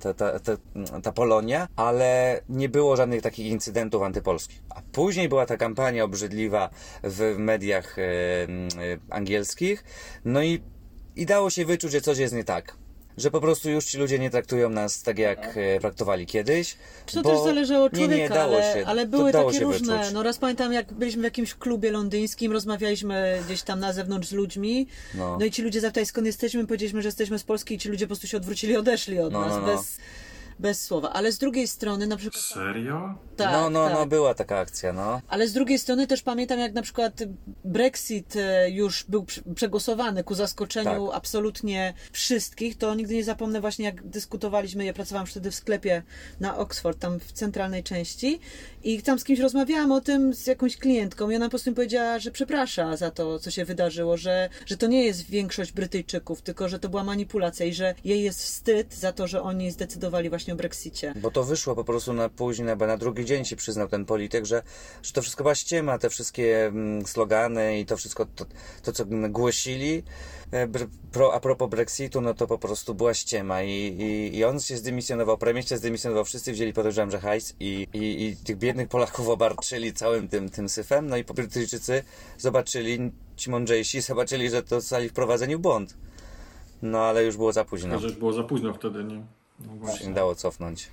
ta Polonia, ale nie było żadnych takich incydentów antypolskich. A później była ta kampania obrzydliwa w mediach angielskich, no i dało się wyczuć, że coś jest nie tak. Że po prostu już ci ludzie nie traktują nas tak, jak traktowali kiedyś. To też zależało od człowieka, ale były takie różne. Wyczuć. Raz pamiętam, jak byliśmy w jakimś klubie londyńskim, rozmawialiśmy gdzieś tam na zewnątrz z ludźmi, no i ci ludzie zapytali, skąd jesteśmy, powiedzieliśmy, że jesteśmy z Polski i ci ludzie po prostu się odwrócili i odeszli od nas, bez słowa. Ale z drugiej strony na przykład... Serio? Tak, tak. Była taka akcja, Ale z drugiej strony też pamiętam, jak na przykład Brexit już był przegłosowany ku zaskoczeniu absolutnie wszystkich, to nigdy nie zapomnę właśnie, jak dyskutowaliśmy, ja pracowałam wtedy w sklepie na Oxford, tam w centralnej części i tam z kimś rozmawiałam o tym z jakąś klientką i ona po prostu mi powiedziała, że przeprasza za to, co się wydarzyło, że to nie jest większość Brytyjczyków, tylko że to była manipulacja i że jej jest wstyd za to, że oni zdecydowali właśnie o Brexicie. Bo to wyszło po prostu na drugi dzień się przyznał ten polityk, że to wszystko była ściema, te wszystkie slogany i to wszystko, to co głosili a propos Brexitu, to po prostu była ściema i on się zdymisjonował, premier się zdymisjonował, wszyscy wzięli, podejrzewam, że hajs i tych biednych Polaków obarczyli całym tym syfem, no i Brytyjczycy zobaczyli, ci mądrzejsi zobaczyli, że to zostali wprowadzeni w błąd. No ale już było za późno. Tylko, że już było za późno wtedy, nie? Już się nie dało cofnąć.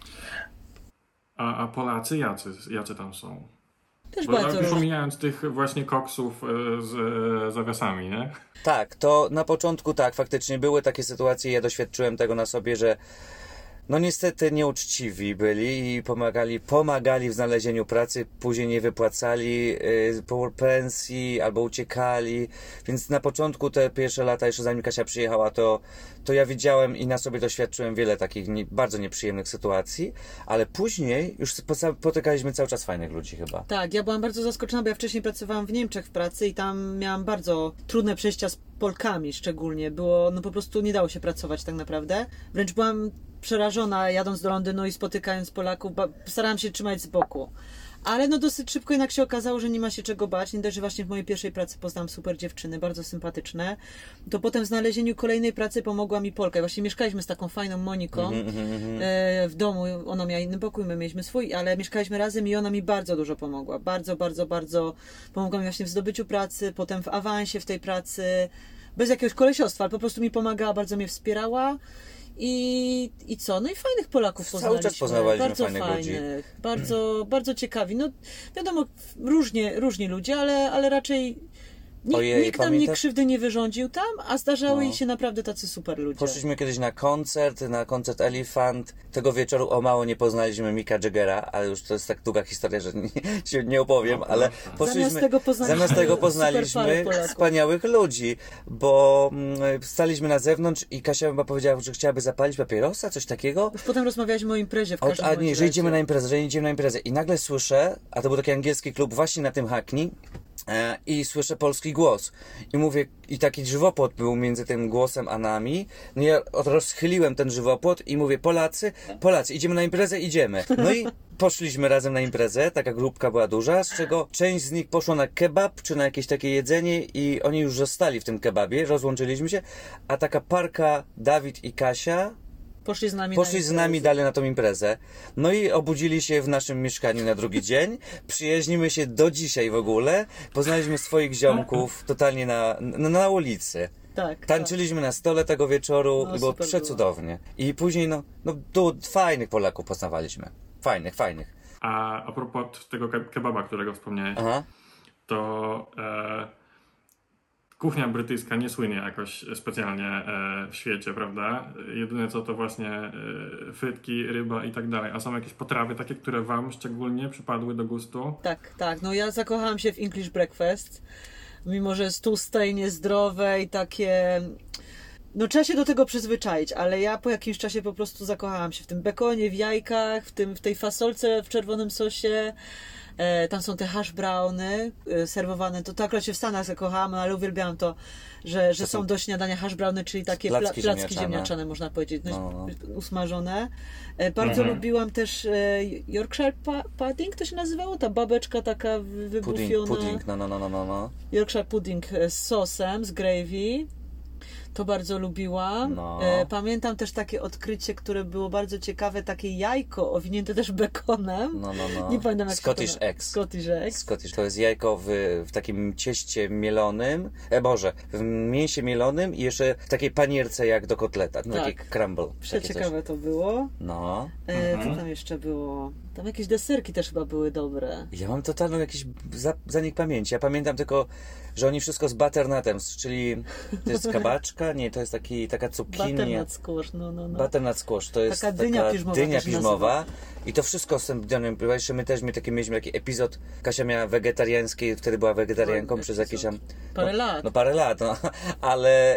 A Polacy jacy tam są? Też Bo bardzo już różne. omijając tych właśnie koksów z zawiasami, nie? Tak, to na początku faktycznie były takie sytuacje, ja doświadczyłem tego na sobie, że niestety nieuczciwi byli i pomagali w znalezieniu pracy, później nie wypłacali pensji albo uciekali, więc na początku te pierwsze lata, jeszcze zanim Kasia przyjechała, to ja widziałem i na sobie doświadczyłem wiele takich bardzo nieprzyjemnych sytuacji, ale później już spotykaliśmy cały czas fajnych ludzi chyba. Tak, ja byłam bardzo zaskoczona, bo ja wcześniej pracowałam w Niemczech w pracy i tam miałam bardzo trudne przejścia z Polkami szczególnie. Było, no po prostu nie dało się pracować tak naprawdę. Wręcz byłam przerażona jadąc do Londynu i spotykając Polaków. Starałam się trzymać z boku. Ale no dosyć szybko jednak się okazało, że nie ma się czego bać. Nie dość, że właśnie w mojej pierwszej pracy poznałam super dziewczyny, bardzo sympatyczne. To potem w znalezieniu kolejnej pracy pomogła mi Polka. I właśnie mieszkaliśmy z taką fajną Moniką w domu. Ona miała inny pokój, my mieliśmy swój, ale mieszkaliśmy razem i ona mi bardzo dużo pomogła. Bardzo, bardzo, bardzo pomogła mi właśnie w zdobyciu pracy, potem w awansie w tej pracy. Bez jakiegoś kolesiostwa, ale po prostu mi pomagała, bardzo mnie wspierała. I co? No i fajnych Polaków poznaliśmy. Cały czas poznawaliśmy bardzo fajnych ludzi. Bardzo, bardzo ciekawi. No wiadomo, różni ludzie, ale raczej nikt nam krzywdy nie wyrządził tam, a zdarzały się naprawdę tacy super ludzie. Poszliśmy kiedyś na koncert Elephant. Tego wieczoru o mało nie poznaliśmy Micka Jaggera, ale już to jest tak długa historia, że się nie opowiem, ale poszliśmy, zamiast tego poznaliśmy wspaniałych ludzi, bo staliśmy na zewnątrz i Kasia chyba powiedziała, że chciałaby zapalić papierosa, coś takiego. Już potem rozmawialiśmy o imprezie w każdym razie. Nie, że idziemy na imprezę. I nagle słyszę, a to był taki angielski klub właśnie na tym Hackney, i słyszę polski głos. I mówię, i taki żywopłot był między tym głosem a nami. No ja rozchyliłem ten żywopłot i mówię, Polacy, idziemy na imprezę, idziemy. No i poszliśmy razem na imprezę, taka grupka była duża, z czego część z nich poszła na kebab, czy na jakieś takie jedzenie i oni już zostali w tym kebabie, rozłączyliśmy się, a taka parka, Dawid i Kasia, poszli z nami dalej na tą imprezę. No i obudzili się w naszym mieszkaniu na drugi dzień. Przyjaźnimy się do dzisiaj w ogóle. Poznaliśmy swoich ziomków totalnie na ulicy. Tak, tańczyliśmy na stole tego wieczoru i było przecudownie. I później fajnych Polaków poznawaliśmy. Fajnych. A propos tego kebaba, którego wspomniałeś, to kuchnia brytyjska nie słynie jakoś specjalnie w świecie, prawda? Jedyne co to właśnie frytki, ryba i tak dalej. A są jakieś potrawy takie, które wam szczególnie przypadły do gustu? Tak. No ja zakochałam się w English breakfast. Mimo że jest tłuste i niezdrowe i takie... No trzeba się do tego przyzwyczaić, ale ja po jakimś czasie po prostu zakochałam się w tym bekonie, w jajkach, w tej fasolce w czerwonym sosie. Tam są te hash browny serwowane, to akurat się w Stanach zakochałam, ale uwielbiałam to, że są do śniadania hash browny, czyli takie placki ziemniaczane, można powiedzieć, usmażone. Bardzo lubiłam też Yorkshire pudding, to się nazywało, ta babeczka taka wybufiona. Pudding, no. Yorkshire pudding z sosem, z gravy. To bardzo lubiłam. Pamiętam też takie odkrycie, które było bardzo ciekawe, takie jajko owinięte też bekonem. Nie pamiętam jak Scottish eggs. Scottish. To jest jajko w takim cieście mielonym, w mięsie mielonym i jeszcze w takiej panierce jak do kotleta, taki crumble. Przeciekawe to było. Co tam jeszcze było? Tam jakieś deserki też chyba były dobre. Ja mam totalną jakiś zanik pamięci. Ja pamiętam tylko, że oni wszystko z butternuttem, czyli to jest kabaczka, nie, to jest taka cukinia. Butternut squash, no. Butternut squash, to jest taka dynia piżmowa. I to wszystko z tym dniem, jeszcze my też mieliśmy taki epizod, Kasia miała wegetariańskie, wtedy była wegetarianką przez jakieś tam... Parę lat, ale...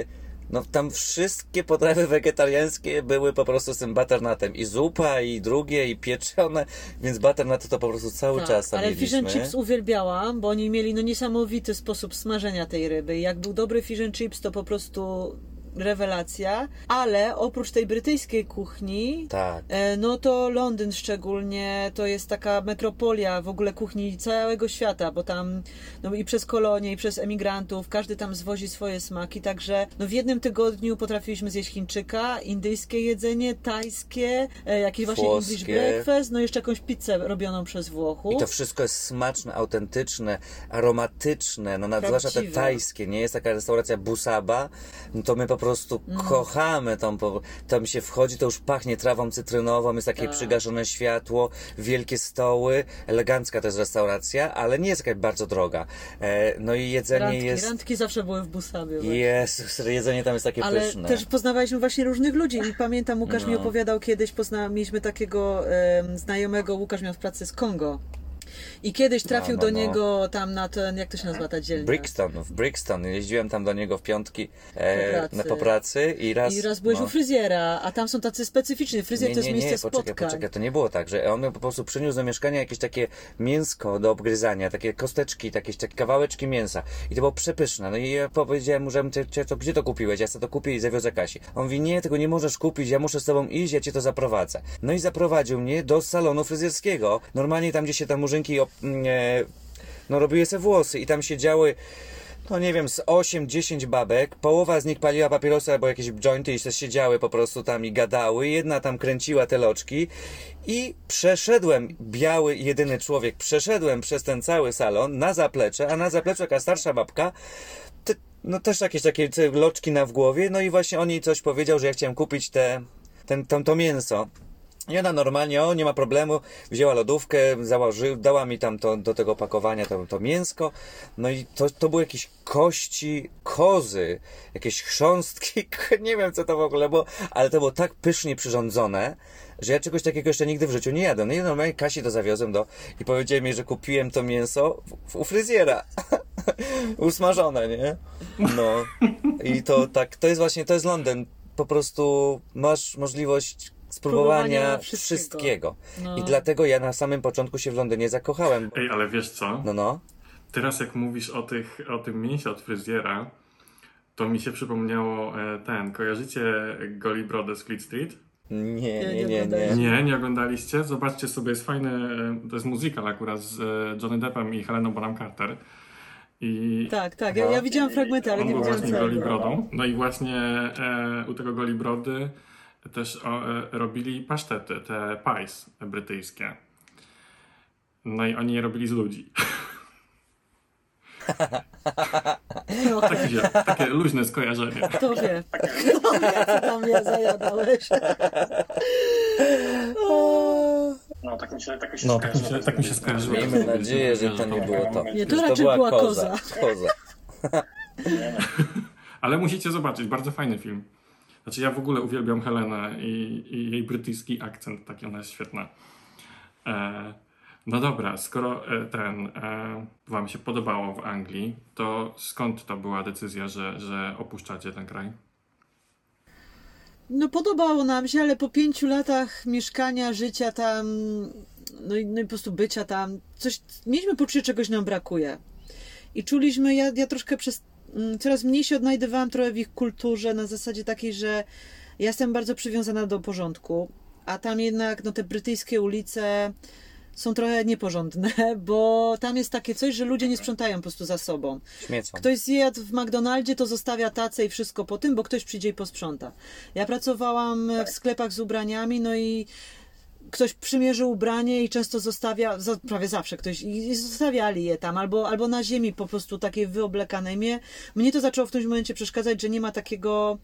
tam wszystkie potrawy wegetariańskie były po prostu z tym butternutem. I zupa, i drugie, i pieczone, więc butternut to po prostu cały czas tam ale fish and chips uwielbiałam, bo oni mieli niesamowity sposób smażenia tej ryby. Jak był dobry fish and chips, to po prostu rewelacja, ale oprócz tej brytyjskiej kuchni, no to Londyn szczególnie to jest taka metropolia w ogóle kuchni całego świata, bo tam i przez kolonie, i przez emigrantów, każdy tam zwozi swoje smaki, także w jednym tygodniu potrafiliśmy zjeść Chińczyka, indyjskie jedzenie, tajskie, jakieś właśnie English breakfast, jeszcze jakąś pizzę robioną przez Włochów. I to wszystko jest smaczne, autentyczne, aromatyczne, zwłaszcza te tajskie, nie jest taka restauracja Busaba, to my po prostu kochamy tam się wchodzi, to już pachnie trawą cytrynową, jest takie przygaszone światło, wielkie stoły, elegancka to jest restauracja, ale nie jest jakaś bardzo droga. I jedzenie randki zawsze były w Busabie. Jezus, jedzenie tam jest takie pyszne. Ale też poznawaliśmy właśnie różnych ludzi i pamiętam, Łukasz mi opowiadał kiedyś, mieliśmy takiego znajomego, Łukasz miał w pracy z Kongo. I kiedyś trafił No. do niego tam na ten, jak to się nazywa ta dzielnia? W Brixton. Jeździłem tam do niego w piątki pracy. po pracy i raz... I raz byłeś no. u fryzjera, a tam są tacy specyficzni. Fryzjer to jest miejsce spotkań. Poczekaj, to nie było tak, że on po prostu przyniósł do mieszkania jakieś takie mięsko do obgryzania, takie kosteczki, takie kawałeczki mięsa. I to było przepyszne. No i ja powiedziałem mu, że gdzie to kupiłeś? Ja sobie to kupię i zawiozę Kasi. On mówi, nie, tego nie możesz kupić, ja muszę z tobą iść, ja cię to zaprowadzę. No i zaprowadził mnie do salonu fryzjerskiego. Normalnie tam, gdzie się tam murzynki robiły sobie włosy i tam siedziały, no nie wiem, z 8-10 babek, połowa z nich paliła papierosa albo jakieś jointy i se siedziały po prostu tam i gadały, jedna tam kręciła te loczki i przeszedłem, biały jedyny człowiek, przeszedłem przez ten cały salon na zaplecze, a na zapleczu jaka starsza babka, no też jakieś takie loczki w głowie, no i właśnie on jej coś powiedział, że ja chciałem kupić to mięso. I ona normalnie, nie ma problemu, wzięła lodówkę, dała mi tam do tego opakowania to mięsko, no i to były jakieś kości kozy, jakieś chrząstki, nie wiem co to w ogóle było, ale to było tak pysznie przyrządzone, że ja czegoś takiego jeszcze nigdy w życiu nie jadłem. No i normalnie Kasi to zawiozłem i powiedziałem jej, że kupiłem to mięso u fryzjera. Usmażone, nie? No. I to tak, to jest właśnie, to jest Londyn. Po prostu masz możliwość spróbowania wszystkiego. No. I dlatego ja na samym początku się w Londynie zakochałem. Ej, ale wiesz co? No. Teraz jak mówisz o tym mięsie od fryzjera, to mi się przypomniało kojarzycie Goli Brodę z Fleet Street? Nie. Nie oglądaliście? Zobaczcie sobie, jest fajny, to jest musical akurat z Johnny Deppem i Heleną Bonham Carter. Tak, ja widziałam fragmenty, ale nie widziałam właśnie Goli Brodą. No i właśnie u tego Goli Brody też robili pasztety, te pies brytyjskie. No i oni je robili z ludzi. Takie luźne skojarzenie. Kto wie, co tam mnie zajadałeś. Tak mi się skojarzyło. Miejmy nadzieję, że to nie było to. Nie, to raczej była koza. Ale musicie zobaczyć, bardzo fajny film. Znaczy ja w ogóle uwielbiam Helenę i jej brytyjski akcent, taki ona jest świetna. No dobra, skoro wam się podobało w Anglii, to skąd to była decyzja, że opuszczacie ten kraj? No podobało nam się, ale po 5 latach mieszkania, życia tam, no i po prostu bycia tam, mieliśmy poczucie, czegoś nam brakuje. I czuliśmy, ja troszkę coraz mniej się odnajdywałam trochę w ich kulturze, na zasadzie takiej, że ja jestem bardzo przywiązana do porządku, a tam jednak te brytyjskie ulice są trochę nieporządne, bo tam jest takie coś, że ludzie nie sprzątają po prostu za sobą. Śmiecą. Ktoś zjadł w McDonaldzie, to zostawia tacę i wszystko po tym, bo ktoś przyjdzie i posprząta. Ja pracowałam w sklepach z ubraniami, no i ktoś przymierzył ubranie i często zostawia, prawie zawsze ktoś, i zostawiali je tam, albo na ziemi po prostu takie wyoblekane. Mnie to zaczęło w tym momencie przeszkadzać, że nie ma takiego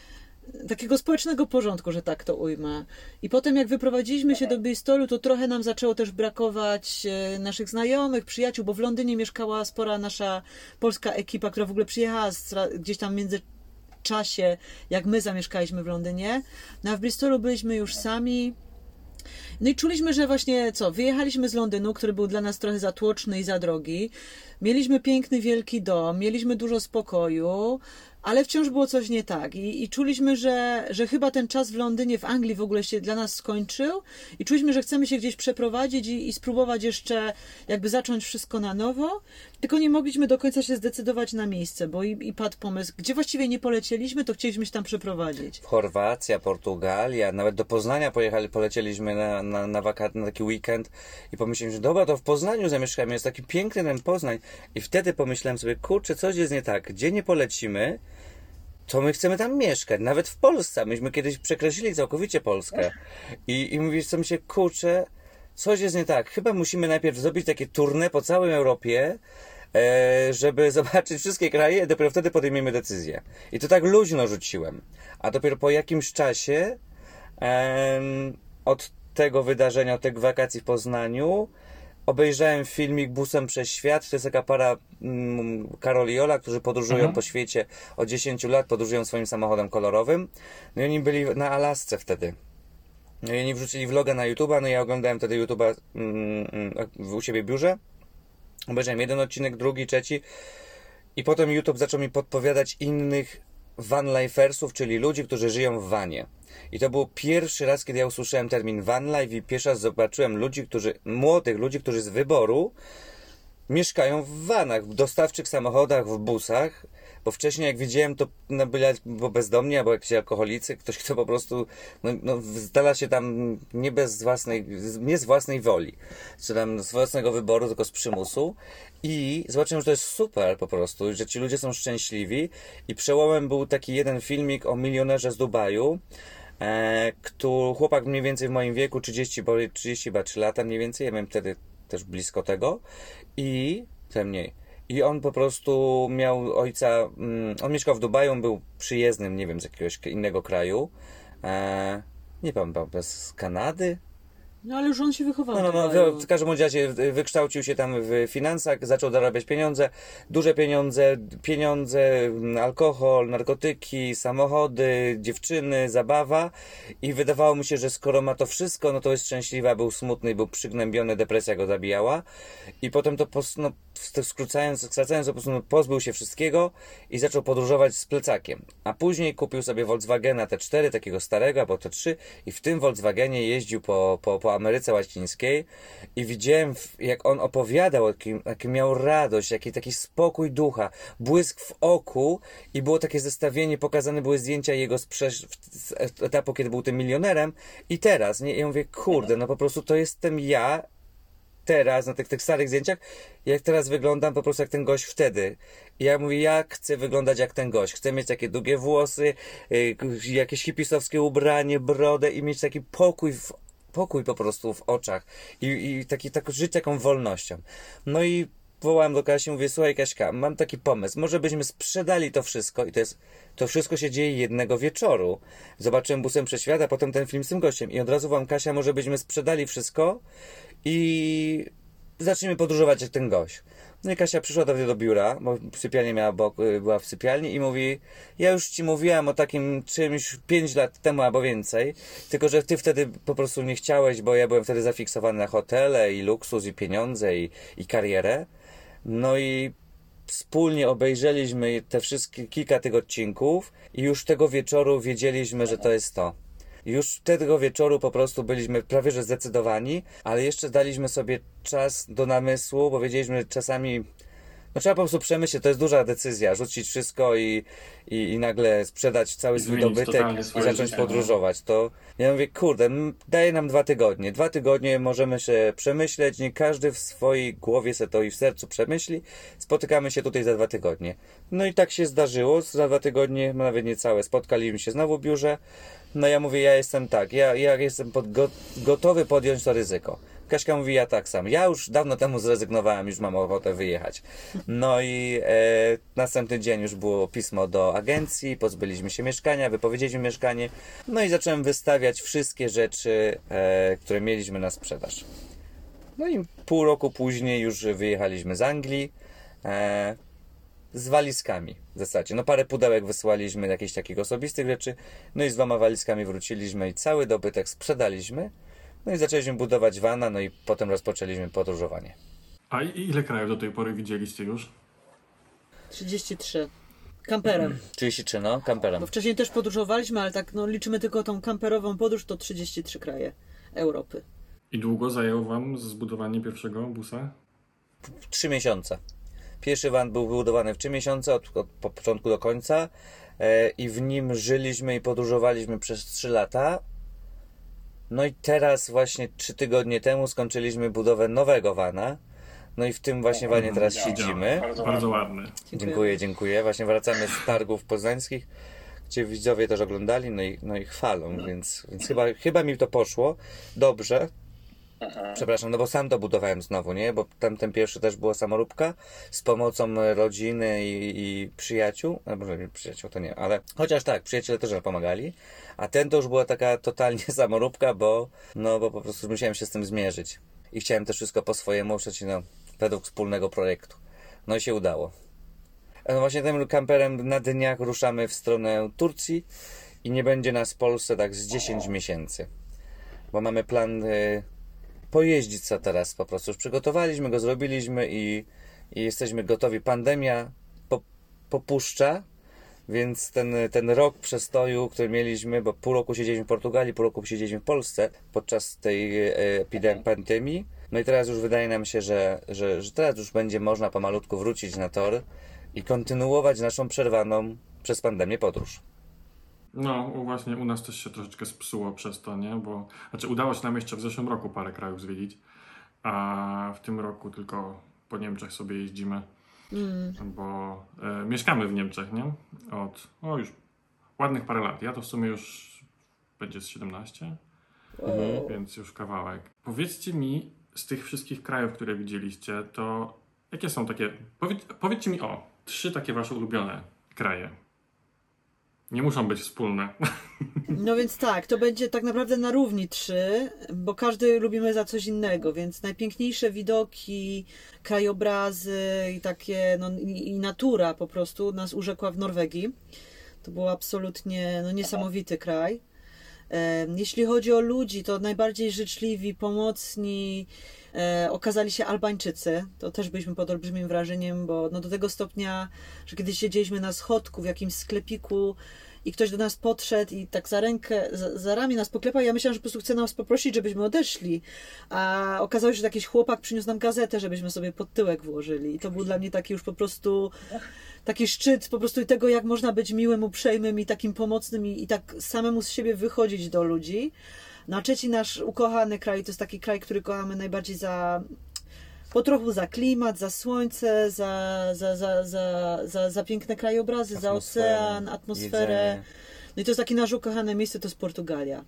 społecznego porządku, że tak to ujmę. I potem jak wyprowadziliśmy się do Bristolu, to trochę nam zaczęło też brakować naszych znajomych, przyjaciół, bo w Londynie mieszkała spora nasza polska ekipa, która w ogóle przyjechała gdzieś tam w międzyczasie, jak my zamieszkaliśmy w Londynie. No a w Bristolu byliśmy już sami. No i czuliśmy, że właśnie wyjechaliśmy z Londynu, który był dla nas trochę za tłoczny i za drogi. Mieliśmy piękny, wielki dom, mieliśmy dużo spokoju, ale wciąż było coś nie tak. I czuliśmy, że chyba ten czas w Londynie, w Anglii w ogóle się dla nas skończył i czuliśmy, że chcemy się gdzieś przeprowadzić i spróbować jeszcze jakby zacząć wszystko na nowo, tylko nie mogliśmy do końca się zdecydować na miejsce, bo i padł pomysł, gdzie właściwie nie polecieliśmy, to chcieliśmy się tam przeprowadzić. Chorwacja, Portugalia, nawet do Poznania polecieliśmy na taki weekend i pomyśleliśmy, że dobra, to w Poznaniu zamieszkamy, jest taki piękny ten Poznań. I wtedy pomyślałem sobie, kurczę, coś jest nie tak, gdzie nie polecimy, to my chcemy tam mieszkać, nawet w Polsce. Myśmy kiedyś przekreślili całkowicie Polskę. I mówisz sobie się, kurczę, coś jest nie tak. Chyba musimy najpierw zrobić takie tournée po całej Europie, żeby zobaczyć wszystkie kraje, i dopiero wtedy podejmiemy decyzję. I to tak luźno rzuciłem. A dopiero po jakimś czasie od tego wydarzenia, od tych wakacji w Poznaniu, obejrzałem filmik Busem przez świat. To jest taka para Karol i Ola, którzy podróżują po świecie od 10 lat, podróżują swoim samochodem kolorowym. No i oni byli na Alasce wtedy. No i oni wrzucili vloga na YouTube'a, no ja oglądałem wtedy YouTube'a u siebie w biurze. Obejrzałem jeden odcinek, drugi, trzeci i potem YouTube zaczął mi podpowiadać innych vanlifersów, czyli ludzi, którzy żyją w vanie. I to był pierwszy raz, kiedy ja usłyszałem termin vanlife i pierwszy raz zobaczyłem młodych ludzi, którzy z wyboru mieszkają w vanach, w dostawczych samochodach, w busach, bo wcześniej jak widziałem to byli albo bezdomni, albo jakiś alkoholicy, ktoś kto po prostu zdala się tam nie z własnej woli, czy tam z własnego wyboru, tylko z przymusu i zobaczyłem, że to jest super po prostu, że ci ludzie są szczęśliwi i przełomem był taki jeden filmik o milionerze z Dubaju, chłopak mniej więcej w moim wieku, 33 lata mniej więcej, ja miałem wtedy też blisko tego i mniej. I on po prostu miał ojca, on mieszkał w Dubaju, on był przyjezdnym, nie wiem, z jakiegoś innego kraju, nie pamiętam, z Kanady? No ale już on się wychował. W każdym razie wykształcił się tam w finansach, zaczął zarabiać pieniądze, duże pieniądze, alkohol, narkotyki, samochody, dziewczyny, zabawa i wydawało mu się, że skoro ma to wszystko, no to jest szczęśliwy, a był smutny, był przygnębiony, depresja go zabijała i potem to skracając, po prostu pozbył się wszystkiego i zaczął podróżować z plecakiem, a później kupił sobie Volkswagena T4, takiego starego, albo T3 i w tym Volkswagenie jeździł po Ameryce Łacińskiej i widziałem, jak on opowiadał, jaki miał radość, jaki taki spokój ducha, błysk w oku i było takie zestawienie, pokazane były zdjęcia jego z etapu, kiedy był tym milionerem i teraz, nie? I ja mówię, kurde, no po prostu to jestem ja teraz, na tych starych zdjęciach, jak teraz wyglądam po prostu jak ten gość wtedy. I ja mówię, jak chcę wyglądać jak ten gość. Chcę mieć takie długie włosy, jakieś hipisowskie ubranie, brodę i mieć taki pokój po prostu w oczach i tak żyć taką wolnością. No i wołałem do Kasi, mówię, słuchaj Kaśka, mam taki pomysł, może byśmy sprzedali to wszystko i to wszystko się dzieje jednego wieczoru. Zobaczyłem Busem przez świat, a potem ten film z tym gościem i od razu wołam, Kasia, może byśmy sprzedali wszystko i zaczniemy podróżować jak ten gość. No i Kasia przyszła do biura, bo sypialnię była w sypialni i mówi, ja już ci mówiłam o takim czymś 5 lat temu albo więcej, tylko że ty wtedy po prostu nie chciałeś, bo ja byłem wtedy zafiksowany na hotele i luksus i pieniądze i karierę. No i wspólnie obejrzeliśmy kilka tych odcinków i już tego wieczoru wiedzieliśmy, że to jest to. Już tego wieczoru po prostu byliśmy prawie że zdecydowani, ale jeszcze daliśmy sobie czas do namysłu, bo wiedzieliśmy, że czasami trzeba po prostu przemyśleć, to jest duża decyzja, rzucić wszystko i nagle sprzedać cały swój dobytek i zacząć podróżować. To ja mówię, kurde, daje nam 2 tygodnie. 2 tygodnie możemy się przemyśleć, nie każdy w swojej głowie se to i w sercu przemyśli. Spotykamy się tutaj za 2 tygodnie. No i tak się zdarzyło, za 2 tygodnie, nawet niecałe, spotkaliśmy się znowu w biurze. No ja mówię, ja jestem gotowy podjąć to ryzyko. Kaśka mówi, ja tak sam. Ja już dawno temu zrezygnowałem, już mam ochotę wyjechać. No i następny dzień już było pismo do agencji, pozbyliśmy się mieszkania, wypowiedzieliśmy mieszkanie. No i zacząłem wystawiać wszystkie rzeczy, które mieliśmy na sprzedaż. No i pół roku później już wyjechaliśmy z Anglii z walizkami w zasadzie. No parę pudełek wysłaliśmy, jakichś takich osobistych rzeczy. No i z 2 walizkami wróciliśmy i cały dobytek sprzedaliśmy. No i zaczęliśmy budować vana, no i potem rozpoczęliśmy podróżowanie. A ile krajów do tej pory widzieliście już? 33. Kamperem. 33, no, kamperem. Bo wcześniej też podróżowaliśmy, ale tak liczymy tylko tą kamperową podróż, to 33 kraje Europy. I długo zajęło wam zbudowanie pierwszego busa? 3 miesiące. Pierwszy van był wybudowany w 3 miesiące, od początku do końca i w nim żyliśmy i podróżowaliśmy przez 3 lata. No i teraz właśnie 3 tygodnie temu skończyliśmy budowę nowego vana. No i w tym właśnie vanie teraz siedzimy. Bardzo ładny. Dziękuję. Właśnie wracamy z targów poznańskich, gdzie widzowie też oglądali, no i chwalą, więc chyba mi to poszło dobrze. Przepraszam, no bo sam to budowałem znowu, nie? Bo tamten pierwszy też była samoróbka z pomocą rodziny i przyjaciół. No może nie przyjaciół to nie, ale chociaż tak, przyjaciele też pomagali. A ten to już była taka totalnie samoróbka, bo po prostu musiałem się z tym zmierzyć. I chciałem też wszystko po swojemu, według wspólnego projektu. No i się udało. No właśnie tym kamperem na dniach ruszamy w stronę Turcji i nie będzie nas w Polsce tak z 10 miesięcy. bo mamy plan pojeździć co teraz po prostu. Już przygotowaliśmy go, zrobiliśmy i jesteśmy gotowi. Pandemia popuszcza, więc ten rok przestoju, który mieliśmy, bo pół roku siedzieliśmy w Portugalii, pół roku siedzieliśmy w Polsce podczas tej pandemii. No i teraz już wydaje nam się, że teraz już będzie można pomalutku wrócić na tor i kontynuować naszą przerwaną przez pandemię podróż. No właśnie u nas też się troszeczkę spsuło przez to, nie? Znaczy udało się nam jeszcze w zeszłym roku parę krajów zwiedzić, a w tym roku tylko po Niemczech sobie jeździmy, bo mieszkamy w Niemczech, nie? Od już ładnych parę lat. Ja to w sumie już będzie z 17, więc już kawałek. Powiedzcie mi, z tych wszystkich krajów, które widzieliście, to jakie są takie... Powiedzcie mi 3 takie wasze ulubione kraje. Nie muszą być wspólne. No więc tak, to będzie tak naprawdę na równi 3, bo każdy lubimy za coś innego, więc najpiękniejsze widoki, krajobrazy i takie, no i natura po prostu nas urzekła w Norwegii. To był absolutnie niesamowity kraj. Jeśli chodzi o ludzi, to najbardziej życzliwi, pomocni okazali się Albańczycy. To też byliśmy pod olbrzymim wrażeniem, bo do tego stopnia, że kiedy siedzieliśmy na schodku w jakimś sklepiku i ktoś do nas podszedł i tak za rękę, za ramię nas poklepał, ja myślałam, że po prostu chce nas poprosić, żebyśmy odeszli. A okazało się, że jakiś chłopak przyniósł nam gazetę, żebyśmy sobie pod tyłek włożyli. I to był dla mnie taki już po prostu taki szczyt po prostu tego, jak można być miłym, uprzejmym i takim pomocnym i tak samemu z siebie wychodzić do ludzi. No a trzeci nasz ukochany kraj to jest taki kraj, który kochamy najbardziej po trochu za klimat, za słońce, za piękne krajobrazy, za ocean, atmosferę. Jedzenie. No i to jest takie nasze ukochane miejsce, to jest Portugalia.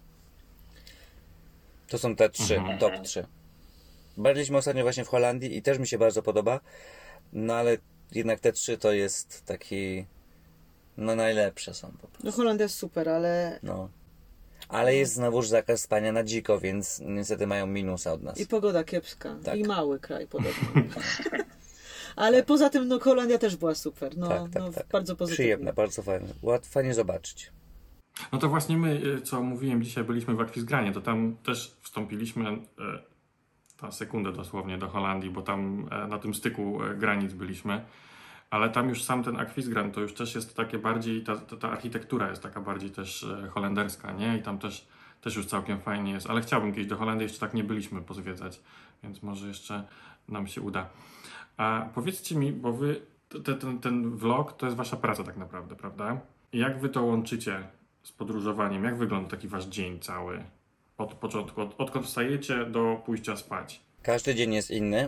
To są te 3, top 3. Byliśmy ostatnio właśnie w Holandii i też mi się bardzo podoba, no ale jednak te 3 to jest taki, najlepsze są po prostu. No Holandia jest super, ale... Ale jest znowuż zakaz spania na dziko, więc niestety mają minusa od nas. I pogoda kiepska. Tak. I mały kraj podobno. Ale poza tym Holandia też była super. Tak. Bardzo pozytywnie. Przyjemne, bardzo fajne. Fajnie zobaczyć. No to właśnie my, co mówiłem dzisiaj, byliśmy w Akwizgranie, to tam też wstąpiliśmy na sekundę dosłownie do Holandii, bo tam na tym styku granic byliśmy. Ale tam już sam ten Akwizgram to już też jest takie bardziej, ta architektura jest taka bardziej też holenderska, nie? I tam też już całkiem fajnie jest. Ale chciałbym kiedyś do Holandii, jeszcze tak nie byliśmy pozwiedzać, więc może jeszcze nam się uda. A powiedzcie mi, bo wy, ten vlog to jest wasza praca tak naprawdę, prawda? I jak wy to łączycie z podróżowaniem? Jak wygląda taki wasz dzień cały? Od początku, odkąd wstajecie do pójścia spać? Każdy dzień jest inny.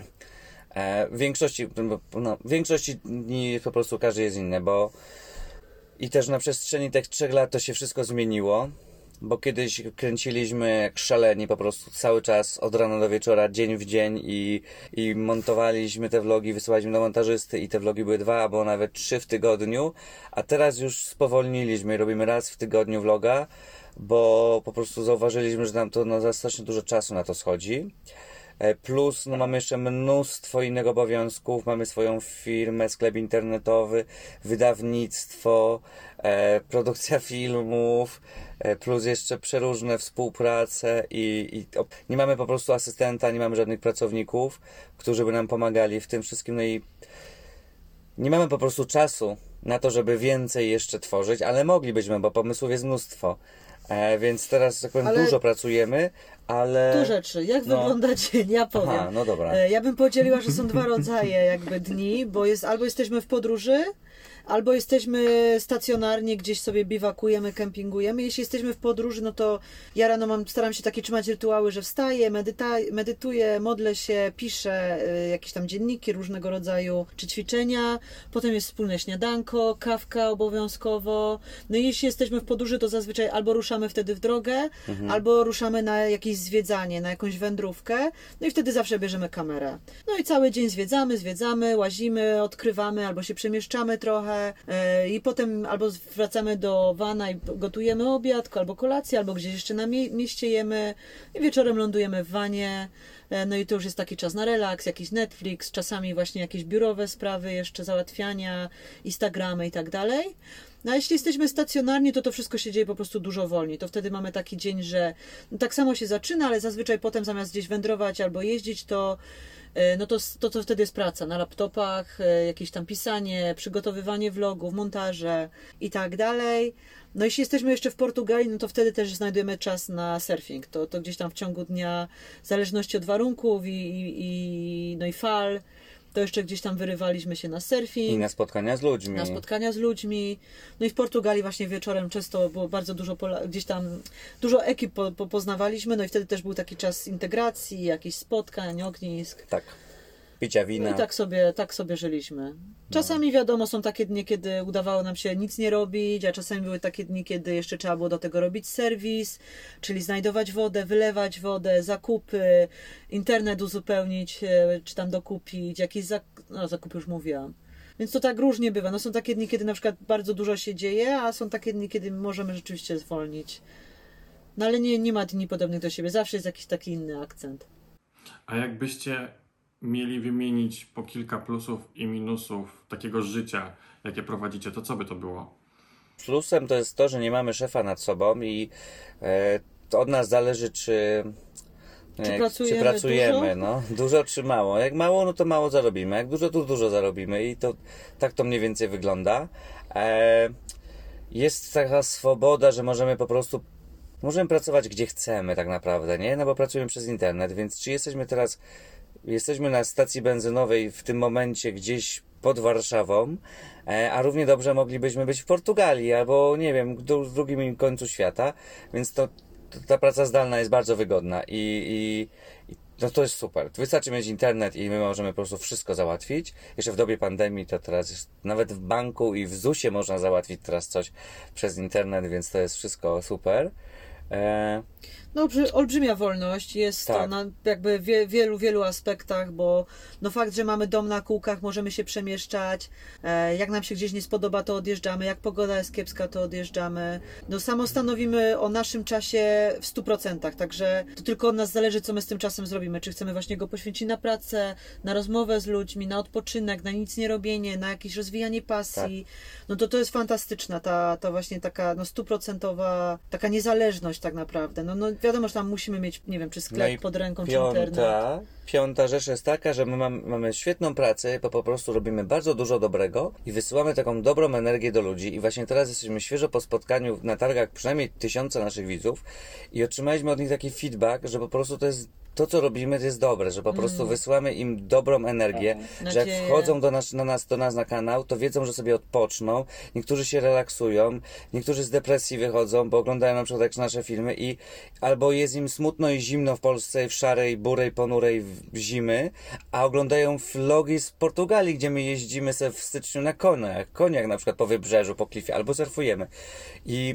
W większości dni po prostu każdy jest inny, bo i też na przestrzeni tych 3 lat to się wszystko zmieniło, bo kiedyś kręciliśmy jak szaleni po prostu cały czas od rana do wieczora, dzień w dzień i montowaliśmy te vlogi, wysyłaliśmy do montażysty i te vlogi były 2 albo nawet 3 w tygodniu, a teraz już spowolniliśmy i robimy raz w tygodniu vloga, bo po prostu zauważyliśmy, że nam to za strasznie dużo czasu na to schodzi. Plus mamy jeszcze mnóstwo innych obowiązków, mamy swoją firmę, sklep internetowy, wydawnictwo, produkcja filmów, plus jeszcze przeróżne współprace i nie mamy po prostu asystenta, nie mamy żadnych pracowników, którzy by nam pomagali w tym wszystkim, no i nie mamy po prostu czasu na to, żeby więcej jeszcze tworzyć, ale moglibyśmy, bo pomysłów jest mnóstwo. Więc teraz tak powiem, dużo pracujemy, ale... Tu rzeczy. Jak wygląda dzień? Ja powiem. Aha, no dobra. Ja bym podzieliła, że są 2 rodzaje dni, bo albo jesteśmy w podróży, albo jesteśmy stacjonarnie, gdzieś sobie biwakujemy, kempingujemy. Jeśli jesteśmy w podróży, no to ja rano staram się takie trzymać rytuały, że wstaję, medytuję, modlę się, piszę jakieś tam dzienniki różnego rodzaju, czy ćwiczenia. Potem jest wspólne śniadanko, kawka obowiązkowo. No i jeśli jesteśmy w podróży, to zazwyczaj albo ruszamy wtedy w drogę, albo ruszamy na jakieś zwiedzanie, na jakąś wędrówkę. No i wtedy zawsze bierzemy kamerę. No i cały dzień zwiedzamy, łazimy, odkrywamy, albo się przemieszczamy trochę. I potem albo wracamy do vana i gotujemy obiad, albo kolację, albo gdzieś jeszcze na mieście jemy i wieczorem lądujemy w wanie. No i to już jest taki czas na relaks, jakiś Netflix, czasami właśnie jakieś biurowe sprawy, jeszcze załatwiania, Instagramy i tak dalej. No a jeśli jesteśmy stacjonarni, to wszystko się dzieje po prostu dużo wolniej. To wtedy mamy taki dzień, że no, tak samo się zaczyna, ale zazwyczaj potem zamiast gdzieś wędrować albo jeździć, to no to wtedy jest praca na laptopach, jakieś tam pisanie, przygotowywanie vlogów, montaże i tak dalej. No jeśli jesteśmy jeszcze w Portugalii, no to wtedy też znajdujemy czas na surfing. To gdzieś tam w ciągu dnia, w zależności od warunków no i fal, to jeszcze gdzieś tam wyrywaliśmy się na surfing. I na spotkania z ludźmi. Na spotkania z ludźmi. No i w Portugalii właśnie wieczorem często było bardzo dużo, gdzieś tam dużo ekip poznawaliśmy, no i wtedy też był taki czas integracji, jakichś spotkań, ognisk. Tak. Picia wina. No i tak sobie żyliśmy. Czasami wiadomo, są takie dni, kiedy udawało nam się nic nie robić, a czasami były takie dni, kiedy jeszcze trzeba było do tego robić serwis, czyli znajdować wodę, wylewać wodę, zakupy, internet uzupełnić, czy tam dokupić, jakieś zakupy już mówiłam. Więc to tak różnie bywa. No są takie dni, kiedy na przykład bardzo dużo się dzieje, a są takie dni, kiedy możemy rzeczywiście zwolnić. No ale nie ma dni podobnych do siebie. Zawsze jest jakiś taki inny akcent. A jakbyście mieli wymienić po kilka plusów i minusów takiego życia, jakie prowadzicie, to co by to było? Plusem to jest to, że nie mamy szefa nad sobą i to od nas zależy, czy pracujemy dużo? No. Dużo czy mało. Jak mało, no to mało zarobimy. Jak dużo, to dużo zarobimy i to tak to mniej więcej wygląda. Jest taka swoboda, że możemy pracować gdzie chcemy tak naprawdę, nie? No bo pracujemy przez internet, więc czy jesteśmy na stacji benzynowej w tym momencie gdzieś pod Warszawą, a równie dobrze moglibyśmy być w Portugalii albo, nie wiem, w drugim końcu świata, więc ta praca zdalna jest bardzo wygodna i no to jest super. Wystarczy mieć internet i my możemy po prostu wszystko załatwić. Jeszcze w dobie pandemii to teraz jest, nawet w banku i w ZUS-ie można załatwić teraz coś przez internet, więc to jest wszystko super. No, olbrzymia wolność jest Tak. to na jakby wielu aspektach, bo no fakt, że mamy dom na kółkach, możemy się przemieszczać, jak nam się gdzieś nie spodoba, to odjeżdżamy, jak pogoda jest kiepska, to odjeżdżamy. No samo stanowimy o naszym czasie w 100%, także to tylko od nas zależy, co my z tym czasem zrobimy, czy chcemy właśnie go poświęcić na pracę, na rozmowę z ludźmi, na odpoczynek, na nic nie robienie, na jakieś rozwijanie pasji. Tak. No to jest fantastyczna ta właśnie taka no 100% taka niezależność tak naprawdę. No wiadomo, że tam musimy mieć, nie wiem, czy sklep pod ręką, czy internet. Piąta rzecz jest taka, że my mamy świetną pracę, bo po prostu robimy bardzo dużo dobrego i wysyłamy taką dobrą energię do ludzi i właśnie teraz jesteśmy świeżo po spotkaniu na targach przynajmniej 1000 naszych widzów i otrzymaliśmy od nich taki feedback, że po prostu to, co robimy, to jest dobre, że po prostu wysyłamy im dobrą energię, że jak wchodzą do nas na kanał, to wiedzą, że sobie odpoczną, niektórzy się relaksują, niektórzy z depresji wychodzą, bo oglądają na przykład nasze filmy i albo jest im smutno i zimno w Polsce, w szarej, burej, ponurej zimy, a oglądają vlogi z Portugalii, gdzie my jeździmy sobie w styczniu na koniach na przykład po wybrzeżu, po klifie, albo surfujemy. I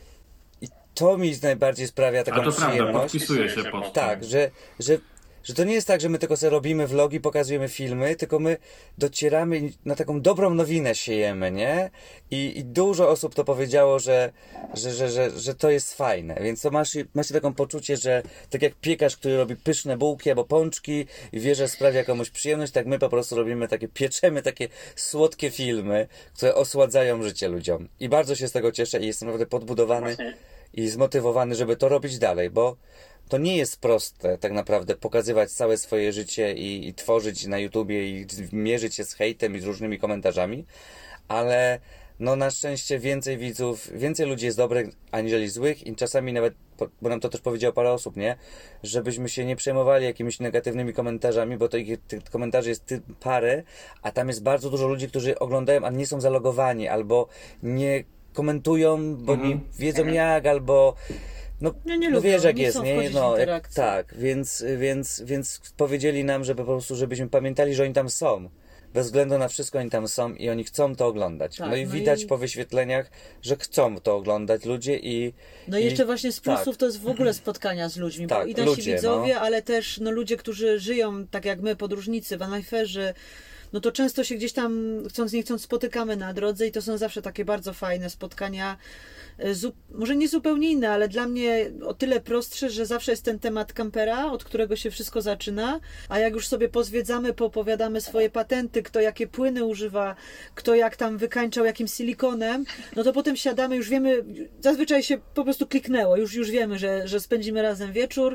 to mi najbardziej sprawia taką przyjemność. A to prawda, podpisuję się pod tym. Tak, że to nie jest tak, że my tylko sobie robimy vlogi, pokazujemy filmy, tylko my docieramy na taką dobrą nowinę siejemy, nie? I dużo osób to powiedziało, że to jest fajne, więc to macie taką poczucie, że tak jak piekarz, który robi pyszne bułki albo pączki i wie, że sprawia komuś przyjemność, tak my po prostu pieczemy takie słodkie filmy, które osładzają życie ludziom. I bardzo się z tego cieszę i jestem naprawdę podbudowany i zmotywowany, żeby to robić dalej, bo to nie jest proste tak naprawdę pokazywać całe swoje życie i tworzyć na YouTubie i mierzyć się z hejtem i z różnymi komentarzami, ale no na szczęście więcej widzów, więcej ludzi jest dobrych aniżeli złych i czasami nawet, bo nam to też powiedziało parę osób, nie? Żebyśmy się nie przejmowali jakimiś negatywnymi komentarzami, bo tych komentarzy jest parę, a tam jest bardzo dużo ludzi, którzy oglądają, a nie są zalogowani, albo nie komentują, bo nie wiedzą jak, albo no wiesz jak jest, nie? No, tak, więc powiedzieli nam, że po prostu, żebyśmy pamiętali, że oni tam są. Bez względu na wszystko oni tam są i oni chcą to oglądać. Tak, no i widać po wyświetleniach, że chcą to oglądać ludzie i... No i jeszcze właśnie z plusów to jest w ogóle spotkania z ludźmi, bo i nasi widzowie, ale też ludzie, którzy żyją tak jak my, podróżnicy, vanliferzy, no to często się gdzieś tam, chcąc nie chcąc, spotykamy na drodze i to są zawsze takie bardzo fajne spotkania, może nie zupełnie inne, ale dla mnie o tyle prostsze, że zawsze jest ten temat kampera, od którego się wszystko zaczyna, a jak już sobie pozwiedzamy, poopowiadamy swoje patenty, kto jakie płyny używa, kto jak tam wykańczał jakim silikonem, no to potem siadamy, już wiemy, zazwyczaj się po prostu kliknęło, już wiemy, że spędzimy razem wieczór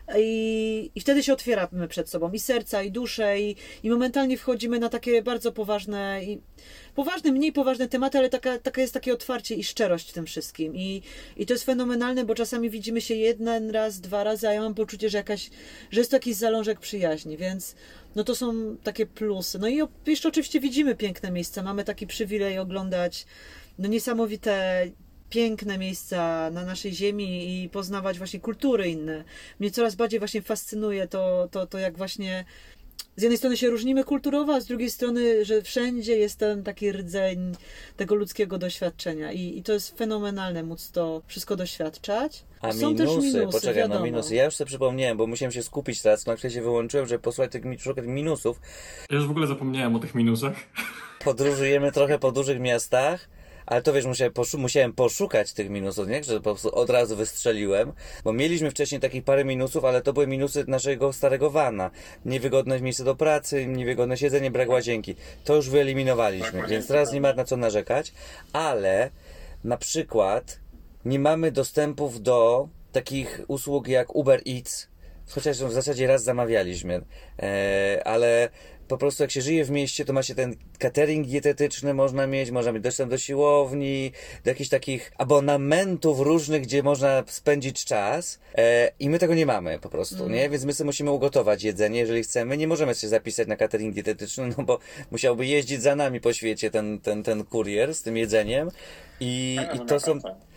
i wtedy się otwieramy przed sobą i serca, i dusze, i momentalnie wchodzimy na takie bardzo poważne, mniej poważne tematy, ale taka jest takie otwarcie i szczerość w tym wszystkim. I to jest fenomenalne, bo czasami widzimy się jeden raz, dwa razy, a ja mam poczucie, że jest to jakiś zalążek przyjaźni, więc no to są takie plusy. No i jeszcze oczywiście widzimy piękne miejsca. Mamy taki przywilej oglądać no niesamowite, piękne miejsca na naszej ziemi i poznawać właśnie kultury inne. Mnie coraz bardziej właśnie fascynuje to jak właśnie z jednej strony się różnimy kulturowo, a z drugiej strony, że wszędzie jest ten taki rdzeń tego ludzkiego doświadczenia i to jest fenomenalne móc to wszystko doświadczać. A są minusy, też minusy, poczekaj, wiadomo. no minusy. Ja już sobie przypomniałem, bo musiałem się skupić teraz, na chwilę się wyłączyłem, żeby posłuchać szukać minusów. Ja już w ogóle zapomniałem o tych minusach. Podróżujemy trochę po dużych miastach, ale to wiesz, musiałem poszukać tych minusów, nie? Że po prostu od razu wystrzeliłem, bo mieliśmy wcześniej takich parę minusów, ale to były minusy naszego starego vana. Niewygodne miejsce do pracy, niewygodne siedzenie, brak łazienki. To już wyeliminowaliśmy, więc teraz nie ma na co narzekać, ale na przykład nie mamy dostępów do takich usług jak Uber Eats, chociaż w zasadzie raz zamawialiśmy, ale po prostu jak się żyje w mieście, to ma się ten catering dietetyczny, można mieć dostęp do siłowni, do jakichś takich abonamentów różnych, gdzie można spędzić czas i my tego nie mamy po prostu, nie? Więc my sobie musimy ugotować jedzenie, jeżeli chcemy. Nie możemy się zapisać na catering dietetyczny, no bo musiałby jeździć za nami po świecie ten kurier z tym jedzeniem i to są...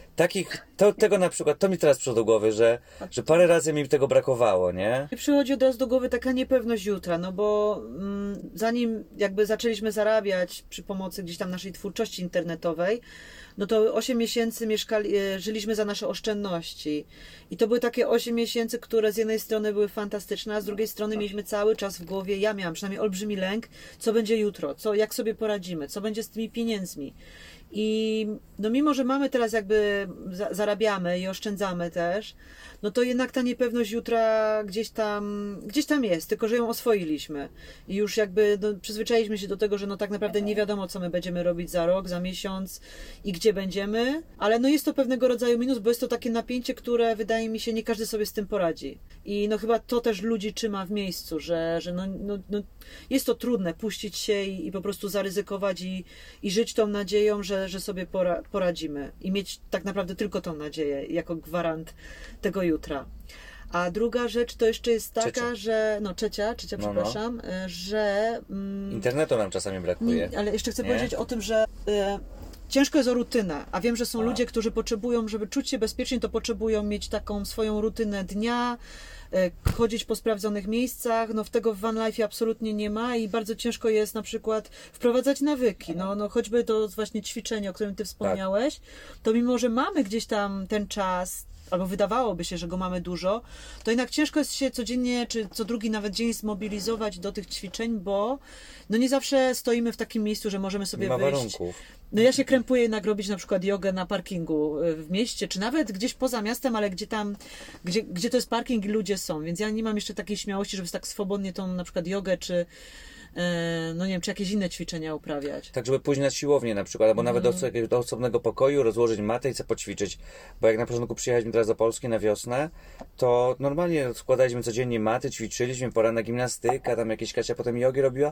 Tego na przykład, to mi teraz przyszło do głowy, że parę razy mi tego brakowało, nie? Przychodzi od razu do głowy taka niepewność jutra, no bo zanim jakby zaczęliśmy zarabiać przy pomocy gdzieś tam naszej twórczości internetowej, no to 8 miesięcy żyliśmy za nasze oszczędności. I to były takie 8 miesięcy, które z jednej strony były fantastyczne, a z drugiej strony mieliśmy cały czas w głowie, ja miałam przynajmniej olbrzymi lęk, co będzie jutro, jak sobie poradzimy, co będzie z tymi pieniędzmi. I no mimo, że mamy teraz jakby zarabiamy i oszczędzamy też, no to jednak ta niepewność jutra gdzieś tam jest, tylko że ją oswoiliśmy. I już jakby przyzwyczailiśmy się do tego, że no tak naprawdę nie wiadomo, co my będziemy robić za rok, za miesiąc i gdzie będziemy, ale no jest to pewnego rodzaju minus, bo jest to takie napięcie, które wydaje mi się nie każdy sobie z tym poradzi. I no chyba to też ludzi trzyma w miejscu, że no jest to trudne puścić się i po prostu zaryzykować i żyć tą nadzieją, że sobie poradzimy i mieć tak naprawdę tylko tą nadzieję jako gwarant tego jutra. A druga rzecz to jeszcze jest taka, że... Trzecia, przepraszam, że... Internetu nam czasami brakuje. Ale jeszcze chcę powiedzieć o tym, że ciężko jest o rutynę, a wiem, że są ludzie, którzy potrzebują, żeby czuć się bezpiecznie, to potrzebują mieć taką swoją rutynę dnia, chodzić po sprawdzonych miejscach, no w tego w van life absolutnie nie ma i bardzo ciężko jest na przykład wprowadzać nawyki, no choćby to właśnie ćwiczenie, o którym ty wspomniałeś, to mimo, że mamy gdzieś tam ten czas, albo wydawałoby się, że go mamy dużo, to jednak ciężko jest się codziennie, czy co drugi nawet dzień zmobilizować do tych ćwiczeń, bo no nie zawsze stoimy w takim miejscu, że możemy sobie nie ma wyjść. warunków. No ja się krępuję jednak robić na przykład jogę na parkingu w mieście, czy nawet gdzieś poza miastem, ale gdzie to jest parking i ludzie są, więc ja nie mam jeszcze takiej śmiałości, żeby tak swobodnie tą na przykład jogę, czy no nie wiem, czy jakieś inne ćwiczenia uprawiać. Tak, żeby pójść na siłownię na przykład, albo nawet do osobnego pokoju, rozłożyć matę i sobie poćwiczyć. Bo jak na początku przyjechaliśmy teraz do Polski na wiosnę, to normalnie składaliśmy codziennie maty, ćwiczyliśmy, poranna gimnastyka, tam jakieś Kasia potem jogi robiła,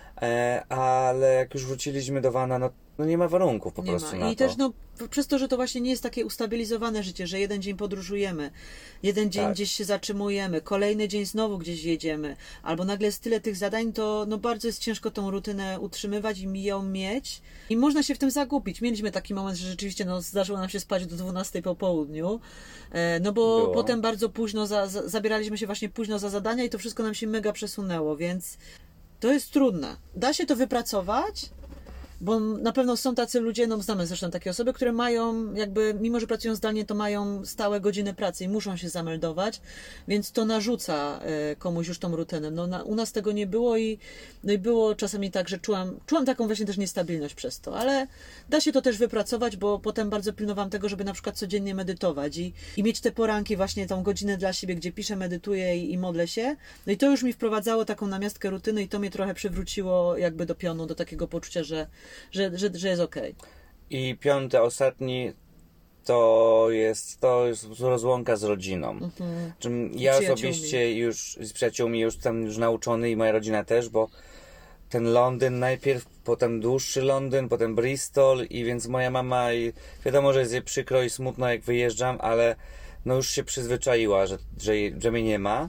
ale jak już wróciliśmy do vana, no nie ma warunków po prostu na to. I też przez to, że to właśnie nie jest takie ustabilizowane życie, że jeden dzień podróżujemy, jeden dzień gdzieś się zatrzymujemy, kolejny dzień znowu gdzieś jedziemy, albo nagle jest tyle tych zadań, to bardzo jest ciężko tą rutynę utrzymywać i ją mieć i można się w tym zagubić. Mieliśmy taki moment, że rzeczywiście zdarzyło nam się spać do 12 po południu, no bo potem bardzo późno zabieraliśmy się właśnie późno za zadania i to wszystko nam się mega przesunęło, więc to jest trudne. Da się to wypracować, Bo na pewno są tacy ludzie, no znamy zresztą takie osoby, które mają jakby, mimo że pracują zdalnie, to mają stałe godziny pracy i muszą się zameldować, więc to narzuca komuś już tą rutynę. No, u nas tego nie było i było czasami tak, że czułam taką właśnie też niestabilność przez to, ale da się to też wypracować, bo potem bardzo pilnowałam tego, żeby na przykład codziennie medytować i mieć te poranki właśnie tą godzinę dla siebie, gdzie piszę, medytuję i modlę się. No i to już mi wprowadzało taką namiastkę rutyny i to mnie trochę przywróciło jakby do pionu, do takiego poczucia, że jest okej. I piąty, ostatni, to jest rozłąka z rodziną. Ja osobiście już z przyjaciółmi już tam nauczony i moja rodzina też, bo ten Londyn najpierw, potem dłuższy Londyn, potem Bristol i więc moja mama i wiadomo, że jest jej przykro i smutno jak wyjeżdżam, ale no już się przyzwyczaiła, że mnie nie ma.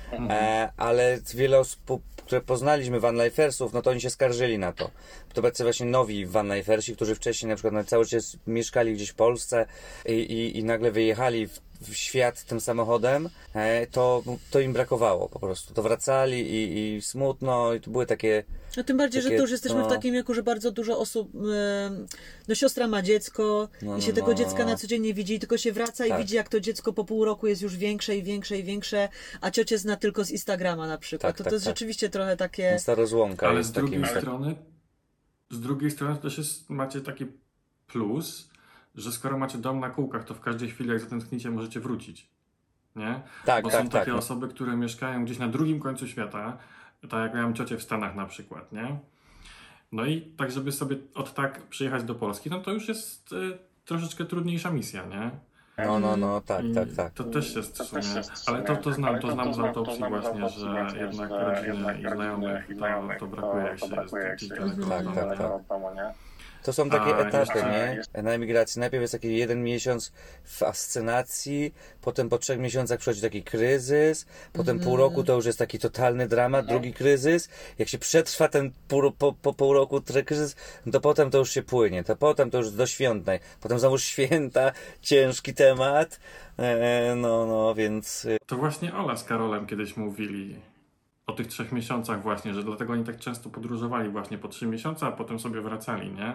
Ale wiele osób, które poznaliśmy vanlifersów, no to oni się skarżyli na to. To tacy właśnie nowi vanlifersi, którzy wcześniej na przykład cały czas mieszkali gdzieś w Polsce i nagle wyjechali w świat tym samochodem, to im brakowało po prostu. To wracali i smutno i to były takie... No tym bardziej, że to już jesteśmy w takim wieku, że bardzo dużo osób, no siostra ma dziecko i się tego dziecka na co dzień nie widzi, tylko się wraca i widzi, jak to dziecko po pół roku jest już większe i większe i większe, a ciocie zna tylko z Instagrama na przykład. To jest rzeczywiście trochę takie... Jest ta rozłąka. Ale z drugiej strony też macie taki plus, że skoro macie dom na kółkach, to w każdej chwili jak zatęsknicie możecie wrócić. Nie? Bo są takie osoby, które mieszkają gdzieś na drugim końcu świata, tak jak miałem ciocię w Stanach na przykład, nie? No i tak, żeby sobie tak przyjechać do Polski, no to już jest troszeczkę trudniejsza misja, nie? Tak. To też jest w sumie, ale to znam z autopsji właśnie, że jednak rodziny i znajomych to brakuje, jak się jest gdzieś daleko. To są takie etapy, nie? Na emigracji. Najpierw jest taki 1 miesiąc fascynacji, potem po 3 miesiącach przychodzi taki kryzys, potem pół roku to już jest taki totalny dramat, drugi kryzys. Jak się przetrwa ten po pół roku kryzys, to potem to już się płynie, to potem to już do świątnej, potem znowu święta, ciężki temat, więc... To właśnie Ola z Karolem kiedyś mówili o tych 3 miesiącach właśnie, że dlatego oni tak często podróżowali właśnie po 3 miesiące, a potem sobie wracali, nie?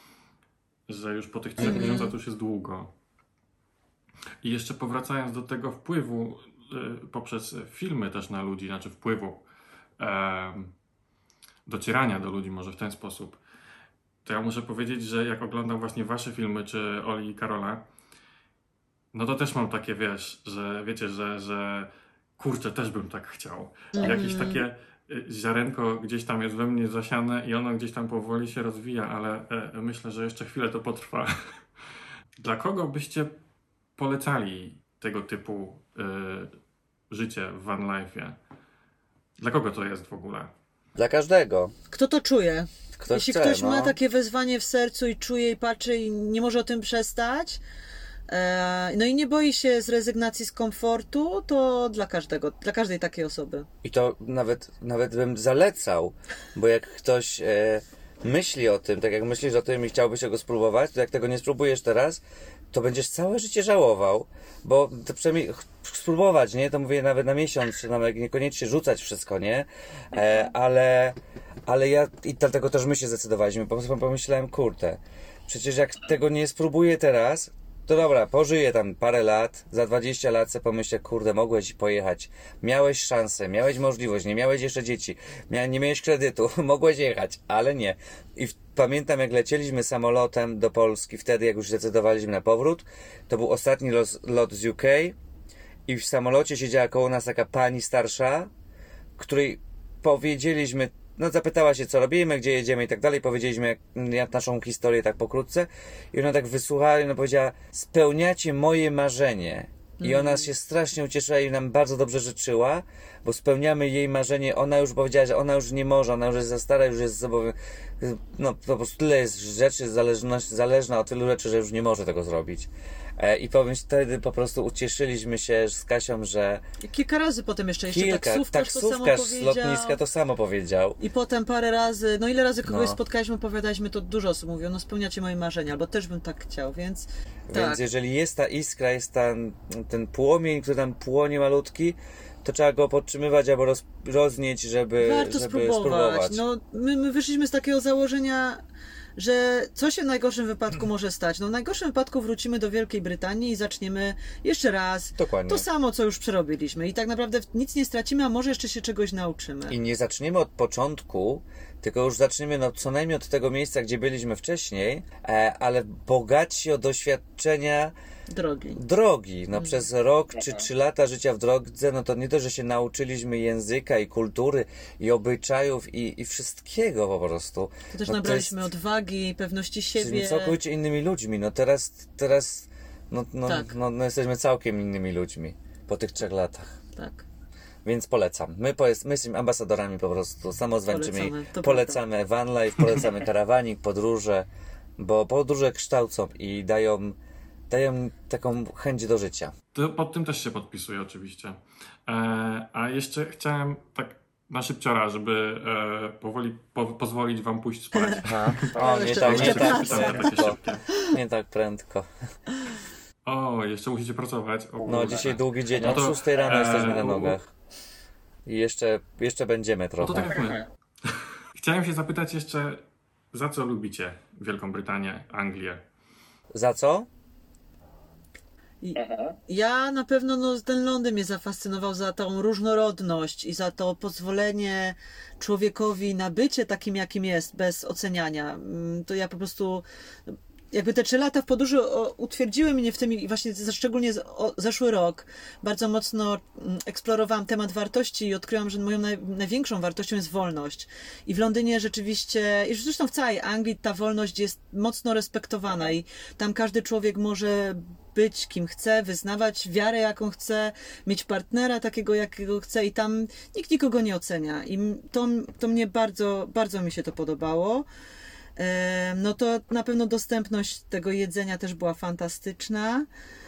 Że już po tych 3 miesiącach to już jest długo. I jeszcze powracając do tego wpływu poprzez filmy też na ludzi, znaczy wpływu docierania do ludzi może w ten sposób, to ja muszę powiedzieć, że jak oglądam właśnie wasze filmy, czy Oli i Karola, no to też mam takie, wiecie, że kurczę, też bym tak chciał. Jakieś takie ziarenko gdzieś tam jest we mnie zasiane i ono gdzieś tam powoli się rozwija, ale myślę, że jeszcze chwilę to potrwa. Dla kogo byście polecali tego typu życie w van life'ie? Dla kogo to jest w ogóle? Dla każdego. Kto to czuje? Jeśli chce, ktoś ma takie wezwanie w sercu i czuje i patrzy i nie może o tym przestać, no i nie boi się z rezygnacji z komfortu, to dla każdego, dla każdej takiej osoby. I to nawet bym zalecał, bo jak ktoś myśli o tym, tak jak myślisz o tym i chciałbyś tego spróbować, to jak tego nie spróbujesz teraz, to będziesz całe życie żałował, bo to przynajmniej spróbować, nie? To mówię nawet na miesiąc, nawet niekoniecznie rzucać wszystko, nie? Ale ja, i dlatego też my się zdecydowaliśmy, po prostu pomyślałem, kurde, przecież jak tego nie spróbuję teraz, to dobra, pożyję tam parę lat, za 20 lat sobie pomyślę, kurde, mogłeś pojechać, miałeś szansę, miałeś możliwość, nie miałeś jeszcze dzieci, nie miałeś kredytu, mogłeś jechać, ale nie. I pamiętam, jak lecieliśmy samolotem do Polski, wtedy jak już zdecydowaliśmy na powrót, to był ostatni lot z UK i w samolocie siedziała koło nas taka pani starsza, której powiedzieliśmy, zapytała się, co robimy, gdzie jedziemy i tak dalej. Powiedzieliśmy jak naszą historię tak pokrótce. I ona tak wysłuchała i ona powiedziała, spełniacie moje marzenie. I ona się strasznie ucieszyła i nam bardzo dobrze życzyła, bo spełniamy jej marzenie. Ona już powiedziała, że ona już nie może, ona już jest za stara, już jest po prostu tyle jest rzeczy, zależna od tylu rzeczy, że już nie może tego zrobić. I powiem, wtedy po prostu ucieszyliśmy się z Kasią, że... I kilka razy potem jeszcze taksówkarz to samo z lotniska to samo powiedział. I potem parę razy, ile razy kogoś spotkaliśmy, opowiadaliśmy, to dużo osób mówiło, spełniacie moje marzenia, albo też bym tak chciał, więc jeżeli jest ta iskra, jest ten płomień, który tam płonie malutki, to trzeba go podtrzymywać albo roznieść, żeby spróbować. My wyszliśmy z takiego założenia, że co się w najgorszym wypadku może stać? No w najgorszym wypadku wrócimy do Wielkiej Brytanii i zaczniemy jeszcze raz Dokładnie. to samo, co już przerobiliśmy. I tak naprawdę nic nie stracimy, a może jeszcze się czegoś nauczymy. I nie zaczniemy od początku, tylko już zaczniemy no, co najmniej od tego miejsca, gdzie byliśmy wcześniej, ale bogaci o doświadczenia drogi. No przez rok czy 3 lata życia w drodze, no to nie to, że się nauczyliśmy języka i kultury i obyczajów i wszystkiego po prostu. To też no nabraliśmy odwagi, pewności siebie. Jesteśmy całkowicie innymi ludźmi. No teraz Tak. no jesteśmy całkiem innymi ludźmi po tych 3 latach. Tak. Więc polecam. My jesteśmy ambasadorami po prostu, samozwańczymi. Polecamy Van life, polecamy karawanik, podróże, bo podróże kształcą i dają taką chęć do życia. To pod tym też się podpisuję oczywiście. A jeszcze chciałem tak na szybciora, żeby powoli pozwolić wam pójść spać. Nie tak prędko. O, jeszcze musicie pracować. O, No kurde. dzisiaj długi dzień, No od to, 6 rano jesteśmy na nogach. I jeszcze będziemy No trochę. to tak jak my. Chciałem się zapytać jeszcze, za co lubicie Wielką Brytanię, Anglię? Za co? Ja na pewno, no, ten Londyn mnie zafascynował za tą różnorodność i za to pozwolenie człowiekowi na bycie takim, jakim jest, bez oceniania. To ja po prostu, jakby te 3 lata w podróży utwierdziły mnie w tym i właśnie szczególnie zeszły rok bardzo mocno eksplorowałam temat wartości i odkryłam, że moją największą wartością jest wolność. I w Londynie rzeczywiście, i zresztą w całej Anglii ta wolność jest mocno respektowana i tam każdy człowiek może być kim chce, wyznawać wiarę jaką chce, mieć partnera takiego jakiego chce i tam nikt nikogo nie ocenia. I to mnie bardzo, bardzo mi się to podobało. No to na pewno dostępność tego jedzenia też była fantastyczna.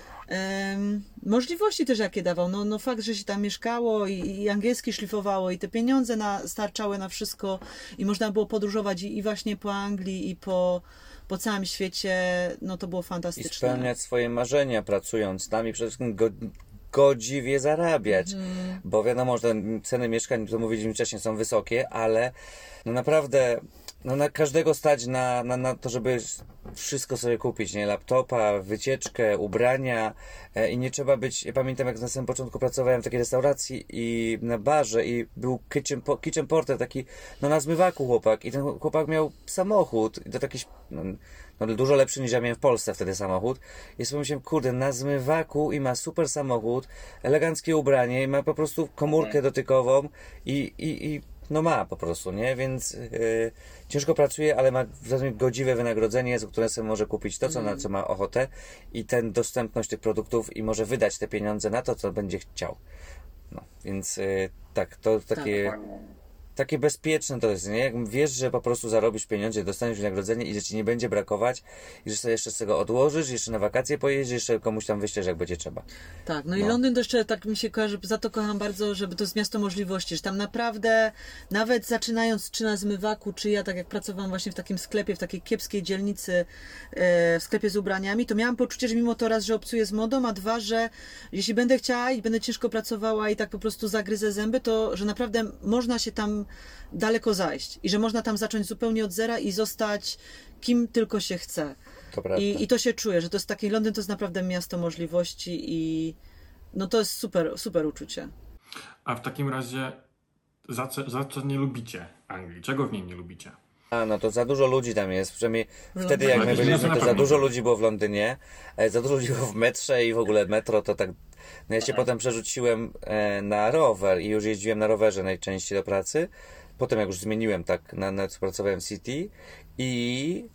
Możliwości też jakie dawał. No fakt, że się tam mieszkało i angielski szlifowało i te pieniądze starczały na wszystko i można było podróżować i właśnie po Anglii i po całym świecie, no to było fantastyczne. I spełniać swoje marzenia pracując tam i przede wszystkim godziwie zarabiać. Bo wiadomo, że ceny mieszkań, to mówiliśmy wcześniej, są wysokie, ale no naprawdę na każdego stać na to, żeby wszystko sobie kupić, nie? Laptopa, wycieczkę, ubrania i nie trzeba być... Ja pamiętam, jak na samym początku pracowałem w takiej restauracji i na barze i był kitchen porter taki, na zmywaku chłopak i ten chłopak miał samochód i to taki dużo lepszy niż ja miałem w Polsce wtedy samochód i sobie myślałem, kurde, na zmywaku i ma super samochód, eleganckie ubranie i ma po prostu komórkę dotykową i no ma po prostu, nie? Więc ciężko pracuje, ale ma godziwe wynagrodzenie, za które sobie może kupić to, na co ma ochotę i dostępność tych produktów i może wydać te pieniądze na to, co będzie chciał. No, więc tak, to takie bezpieczne to jest, nie? Jak wiesz, że po prostu zarobisz pieniądze, dostaniesz wynagrodzenie i że ci nie będzie brakować i że sobie jeszcze z tego odłożysz, jeszcze na wakacje pojedziesz, jeszcze komuś tam wyślesz, jak będzie trzeba. Tak, no i Londyn to jeszcze tak mi się kojarzy, za to kocham bardzo, żeby to jest miasto możliwości, że tam naprawdę, nawet zaczynając czy na zmywaku, czy ja tak jak pracowałam właśnie w takim sklepie, w takiej kiepskiej dzielnicy, w sklepie z ubraniami, to miałam poczucie, że mimo to raz, że obcuję z modą, a dwa, że jeśli będę chciała i będę ciężko pracowała i tak po prostu zagryzę zęby, to że naprawdę można się tam daleko zajść i że można tam zacząć zupełnie od zera i zostać kim tylko się chce. To prawda. I to się czuje, że to jest taki Londyn, to jest naprawdę miasto możliwości i no to jest super, super uczucie. A w takim razie za co nie lubicie Anglii? Czego w niej nie lubicie? No to za dużo ludzi tam jest, przynajmniej wtedy jak my byliśmy, to za dużo ludzi było w Londynie, za dużo ludzi było w metrze i w ogóle metro to tak... No ja się potem przerzuciłem na rower i już jeździłem na rowerze najczęściej do pracy. Potem jak już zmieniłem tak, pracowałem w City i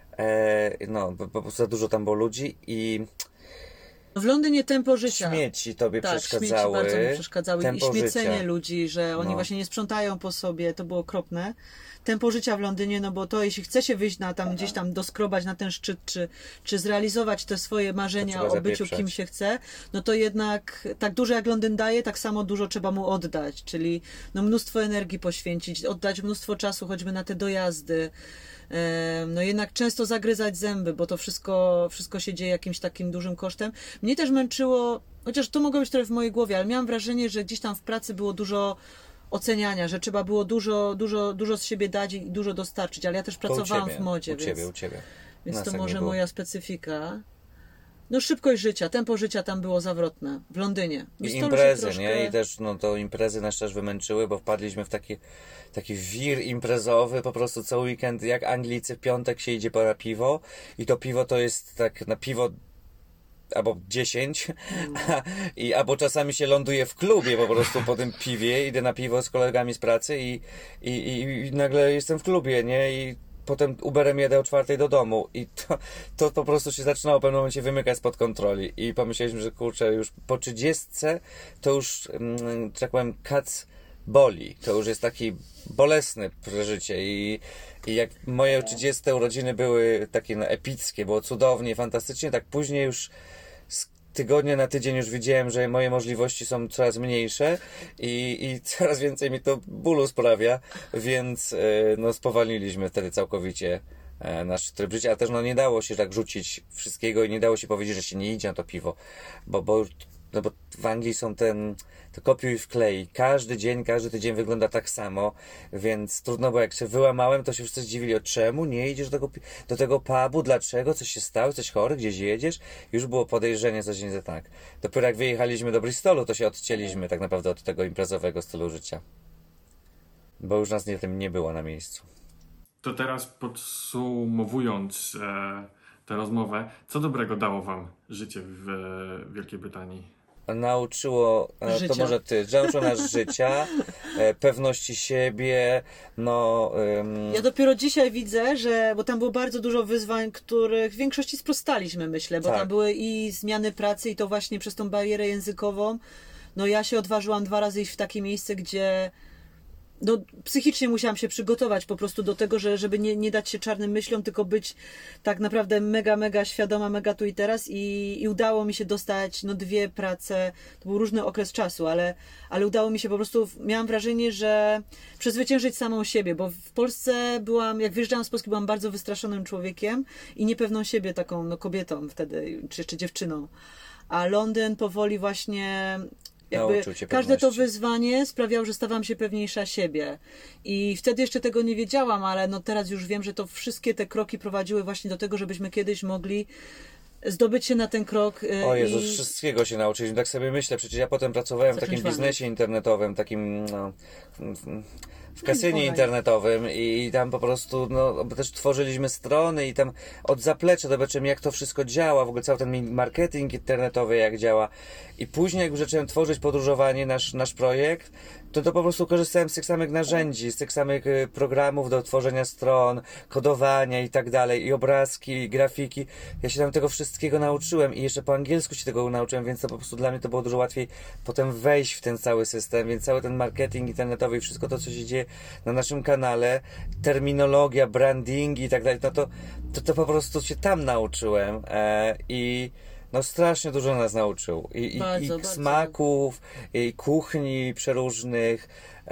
po prostu za dużo tam było ludzi i W Londynie tempo życia. Śmieci tobie przeszkadzały. Śmieci bardzo mi przeszkadzały. Tempo I śmiecenie życia. ludzi, że oni właśnie nie sprzątają po sobie, to było okropne. Tempo życia w Londynie, no bo to jeśli chce się wyjść na tam gdzieś tam doskrobać na ten szczyt, czy zrealizować te swoje marzenia o byciu kim się chce, no to jednak tak dużo jak Londyn daje, tak samo dużo trzeba mu oddać, czyli no mnóstwo energii poświęcić, oddać mnóstwo czasu choćby na te dojazdy. No jednak często zagryzać zęby, bo to wszystko się dzieje jakimś takim dużym kosztem. Mnie też męczyło, chociaż to mogło być trochę w mojej głowie, ale miałam wrażenie, że gdzieś tam w pracy było dużo oceniania, że trzeba było dużo z siebie dać i dużo dostarczyć, ale ja też pracowałam w modzie, U ciebie. więc Nas to tak nie może było. moja specyfika. No szybkość życia, tempo życia tam było zawrotne, w Londynie. W I Bristolu imprezy, się troszkę... nie? I też, no to imprezy nas też wymęczyły, bo wpadliśmy w taki wir imprezowy, po prostu cały weekend, jak Anglicy, w piątek się idzie po piwo i to piwo to jest tak na piwo albo 10, albo czasami się ląduje w klubie po prostu po tym piwie, idę na piwo z kolegami z pracy i nagle jestem w klubie, nie? I potem Uberem jedę o 4 do domu i to po prostu się zaczynało w pewnym momencie wymykać spod kontroli i pomyśleliśmy, że kurczę, już po 30 to już, że tak powiem, kac boli. To już jest taki bolesne przeżycie i jak moje 30 urodziny były takie no, epickie, było cudownie, fantastycznie, tak później już z tygodnia na tydzień już widziałem, że moje możliwości są coraz mniejsze i coraz więcej mi to bólu sprawia, więc no spowolniliśmy wtedy całkowicie nasz tryb życia, a też no nie dało się tak rzucić wszystkiego i nie dało się powiedzieć, że się nie idzie na to piwo, bo w Anglii są to kopiuj i wklej. Każdy dzień, każdy tydzień wygląda tak samo, więc trudno, bo jak się wyłamałem, to się wszyscy zdziwili, o czemu nie idziesz do tego pubu, dlaczego, coś się stało, coś chory, gdzieś jedziesz? Już było podejrzenie, coś nie tak. Dopiero jak wyjechaliśmy do Bristolu, to się odcięliśmy tak naprawdę od tego imprezowego stylu życia. Bo już nas nie było na miejscu. To teraz podsumowując tę rozmowę, co dobrego dało wam życie w Wielkiej Brytanii? Nauczyło, to Życia. może ty, nauczyło nas życia, pewności siebie, no... Ja dopiero dzisiaj widzę, bo tam było bardzo dużo wyzwań, których w większości sprostaliśmy, myślę, bo Tak. tam były i zmiany pracy i to właśnie przez tą barierę językową. No ja się odważyłam 2 razy iść w takie miejsce, gdzie no, psychicznie musiałam się przygotować po prostu do tego, żeby nie dać się czarnym myślom, tylko być tak naprawdę mega świadoma, mega tu i teraz i udało mi się dostać 2 prace, to był różny okres czasu, ale udało mi się po prostu, miałam wrażenie, że przezwyciężyć samą siebie, bo w Polsce jak wyjeżdżałam z Polski, byłam bardzo wystraszonym człowiekiem i niepewną siebie taką kobietą wtedy, czy jeszcze dziewczyną. A Londyn powoli właśnie... Nauczył cię Każde to pewności. wyzwanie sprawiało, że stawałam się pewniejsza siebie. I wtedy jeszcze tego nie wiedziałam, ale teraz już wiem, że to wszystkie te kroki prowadziły właśnie do tego, żebyśmy kiedyś mogli zdobyć się na ten krok. O Jezus, wszystkiego się nauczyliśmy. Tak sobie myślę, przecież ja potem pracowałem w takim Zacząć biznesie internetowym, takim w kasynie powoli. internetowym i tam po prostu też tworzyliśmy strony i tam od zaplecza zobaczyłem, jak to wszystko działa, w ogóle cały ten marketing internetowy jak działa. I później jak już zacząłem tworzyć podróżowanie, nasz projekt, to po prostu korzystałem z tych samych narzędzi, z tych samych programów do tworzenia stron, kodowania i tak dalej, i obrazki, i grafiki. Ja się tam tego wszystkiego nauczyłem i jeszcze po angielsku się tego nauczyłem, więc to po prostu dla mnie to było dużo łatwiej potem wejść w ten cały system, więc cały ten marketing internetowy i wszystko to, co się dzieje na naszym kanale, terminologia, branding i tak dalej, to po prostu się tam nauczyłem i no strasznie dużo nas nauczył. I Bardzo. smaków, i kuchni przeróżnych,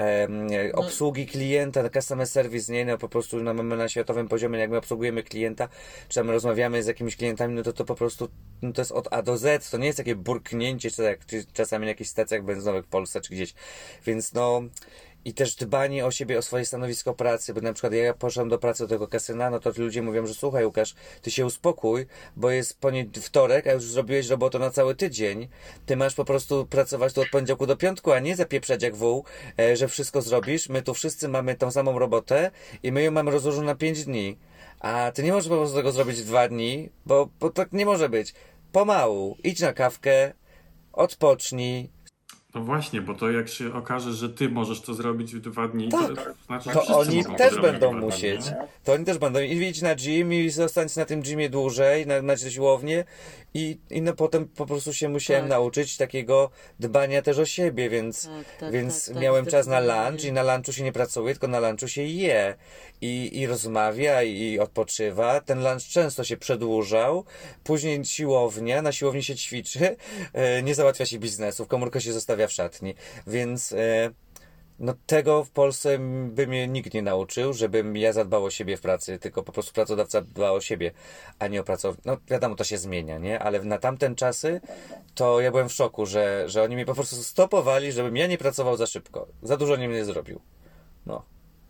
obsługi klienta, customer service, nie? No po prostu mamy na światowym poziomie, jak my obsługujemy klienta, czy tam rozmawiamy z jakimiś klientami, no to po prostu to jest od A do Z, to nie jest takie burknięcie, czy czasami na jakichś stacjach benzynowych w Polsce, czy gdzieś. Więc i też dbanie o siebie, o swoje stanowisko pracy, bo na przykład jak ja poszedłem do pracy do tego kasyna, no to ludzie mówią, że słuchaj Łukasz, ty się uspokój, bo jest wtorek, a już zrobiłeś robotę na cały tydzień. Ty masz po prostu pracować tu od poniedziałku do piątku, a nie zapieprzać jak wół, że wszystko zrobisz. My tu wszyscy mamy tą samą robotę i my ją mamy rozłożoną na 5 dni. A ty nie możesz po prostu tego zrobić w 2 dni, bo tak nie może być. Pomału, idź na kawkę, odpocznij. No właśnie, bo to jak się okaże, że ty możesz to zrobić w 2 dni, Tak. to znaczy, że To wszyscy oni mogą też to zrobić będą w 2 dni, musieć. nie? To oni też będą iść na gym i zostać na tym gymie dłużej, na siłownię i potem po prostu się musiałem nauczyć takiego dbania też o siebie, więc Tak, miałem czas na zdecydowanie. lunch i na lunchu się nie pracuje, tylko na lunchu się je i rozmawia i odpoczywa. Ten lunch często się przedłużał, później siłownia, na siłowni się ćwiczy, nie załatwia się biznesu, komórkę się zostawia w szatni, więc No tego w Polsce by mnie nikt nie nauczył, żebym ja zadbał o siebie w pracy, tylko po prostu pracodawca dba o siebie, a nie o pracownika. No wiadomo, to się zmienia, nie? Ale na tamten czasy to ja byłem w szoku, że oni mnie po prostu stopowali, żebym ja nie pracował za szybko. Za dużo nie mnie zrobił. No.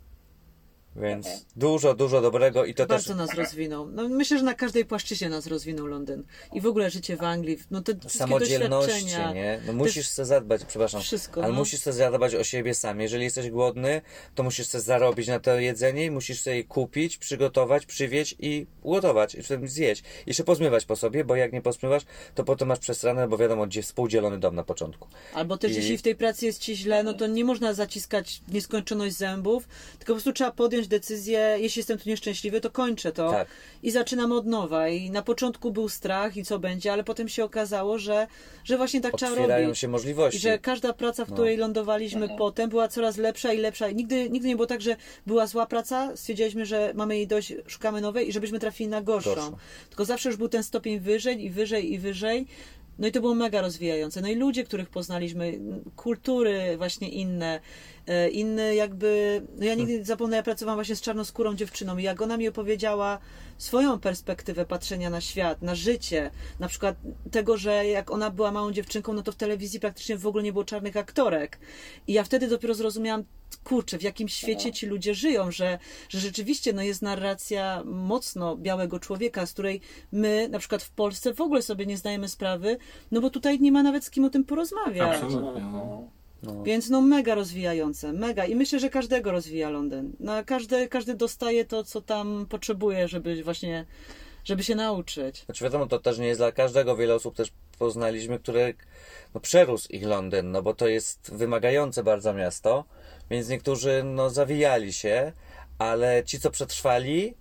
Więc dużo, dużo dobrego i to też... Bardzo nas rozwinął. No, myślę, że na każdej płaszczyźnie nas rozwinął Londyn. I w ogóle życie w Anglii, no te wszystkie Samodzielności, doświadczenia. nie? No musisz sobie zadbać, przepraszam, Wszystko, ale no. musisz sobie zadbać o siebie sam. Jeżeli jesteś głodny, to musisz sobie zarobić na to jedzenie i musisz sobie kupić, przygotować, przywieźć i ugotować, i potem zjeść. I jeszcze pozmywać po sobie, bo jak nie pozmywasz, to potem masz przesrane, bo wiadomo, gdzie współdzielony dom na początku. Albo też jeśli w tej pracy jest ci źle, no to nie można zaciskać w nieskończoność zębów, tylko po prostu trzeba podjąć decyzję, jeśli jestem tu nieszczęśliwy, to kończę to Tak. i zaczynam od nowa. I na początku był strach i co będzie, ale potem się okazało, że właśnie tak trzeba Otwierają robić. się możliwości. I że każda praca, w której lądowaliśmy potem, była coraz lepsza i lepsza. I nigdy nie było tak, że była zła praca, stwierdziliśmy, że mamy jej dość, szukamy nowej i żebyśmy trafili na gorszą. Tylko zawsze już był ten stopień wyżej i wyżej i wyżej. No i to było mega rozwijające. No i ludzie, których poznaliśmy, kultury właśnie inne jakby... No ja nigdy nie zapomnę, ja pracowałam właśnie z czarnoskórą dziewczyną i jak ona mi opowiedziała swoją perspektywę patrzenia na świat, na życie, na przykład tego, że jak ona była małą dziewczynką, no to w telewizji praktycznie w ogóle nie było czarnych aktorek. I ja wtedy dopiero zrozumiałam, kurczę, w jakim świecie ci ludzie żyją, że rzeczywiście no jest narracja mocno białego człowieka, z której my na przykład w Polsce w ogóle sobie nie zdajemy sprawy, no bo tutaj nie ma nawet z kim o tym porozmawiać. Absolutnie. No. Więc no mega rozwijające, mega. I myślę, że każdego rozwija Londyn. No, każdy dostaje to, co tam potrzebuje, żeby się nauczyć. Znaczy wiadomo, to też nie jest dla każdego. Wiele osób też poznaliśmy, które przerósł ich Londyn, no bo to jest wymagające bardzo miasto, więc niektórzy zawijali się, ale ci, co przetrwali,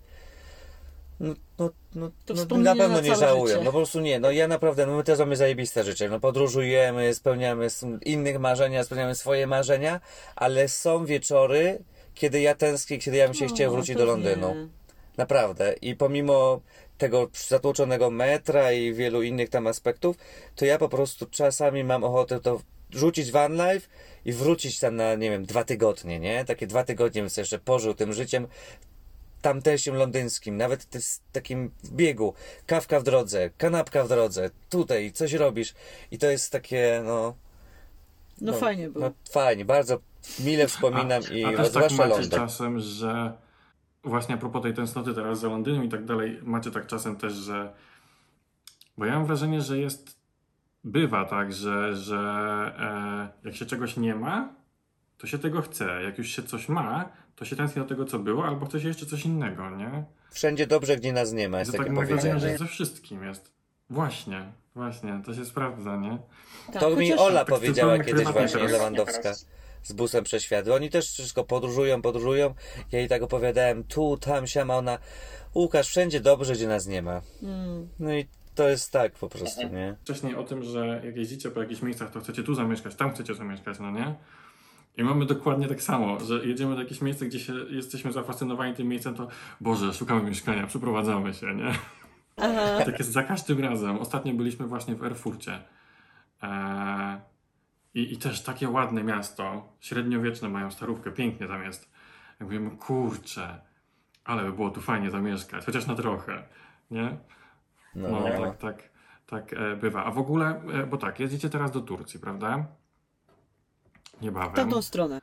To na wspomnienie pewno na nie całe żałują. życie. No po prostu nie. No ja naprawdę, my też mamy zajebiste życie. No podróżujemy, spełniamy innych marzenia, spełniamy swoje marzenia, ale są wieczory, kiedy ja tęsknię, kiedy ja bym się chciał wrócić do pewnie. Londynu. Naprawdę. I pomimo tego zatłoczonego metra i wielu innych tam aspektów, to ja po prostu czasami mam ochotę to rzucić van life i wrócić tam na, nie wiem, 2 tygodnie, nie? Takie 2 tygodnie bym sobie jeszcze pożył tym życiem tamtejszym londyńskim, nawet takim w biegu, kawka w drodze, kanapka w drodze, tutaj coś robisz i to jest takie, No fajnie było. fajnie, bardzo mile wspominam i A też tak zwłaszcza macie Londyn. czasem, że właśnie a propos tej tęsknoty teraz za Londynem i tak dalej, macie tak czasem też, że... Bo ja mam wrażenie, że bywa tak, że jak się czegoś nie ma, to się tego chce. Jak już się coś ma, to się tęskni do tego, co było, albo chce się jeszcze coś innego, nie? Wszędzie dobrze, gdzie nas nie ma, jest Że takie tak mam wrażenie, powiedzenie. że ze wszystkim jest. Właśnie, to się sprawdza, nie? Tak, To mi chociaż- Ola tak powiedziała zupełnie kiedyś prywatnie właśnie, teraz. Lewandowska, z busem przez świat. Oni też wszystko podróżują. Ja jej tak opowiadałem, tu, tam, siam, a ona, Łukasz, wszędzie dobrze, gdzie nas nie ma. No i to jest tak po prostu, nie? Wcześniej o tym, że jak jeździcie po jakichś miejscach, to chcecie tu zamieszkać, tam chcecie zamieszkać, no nie? I mamy dokładnie tak samo, że jedziemy do jakiegoś miejsca, gdzie jesteśmy zafascynowani tym miejscem, to Boże, szukamy mieszkania, przeprowadzamy się, nie? Aha. Tak jest za każdym razem. Ostatnio byliśmy właśnie w Erfurcie. I też takie ładne miasto, średniowieczne, mają starówkę, pięknie tam jest. Jak mówimy, kurczę, ale by było tu fajnie zamieszkać, chociaż na trochę, nie? No, tak bywa. A w ogóle, bo tak, jedziecie teraz do Turcji, prawda? W Niebawem. tamtą stronę.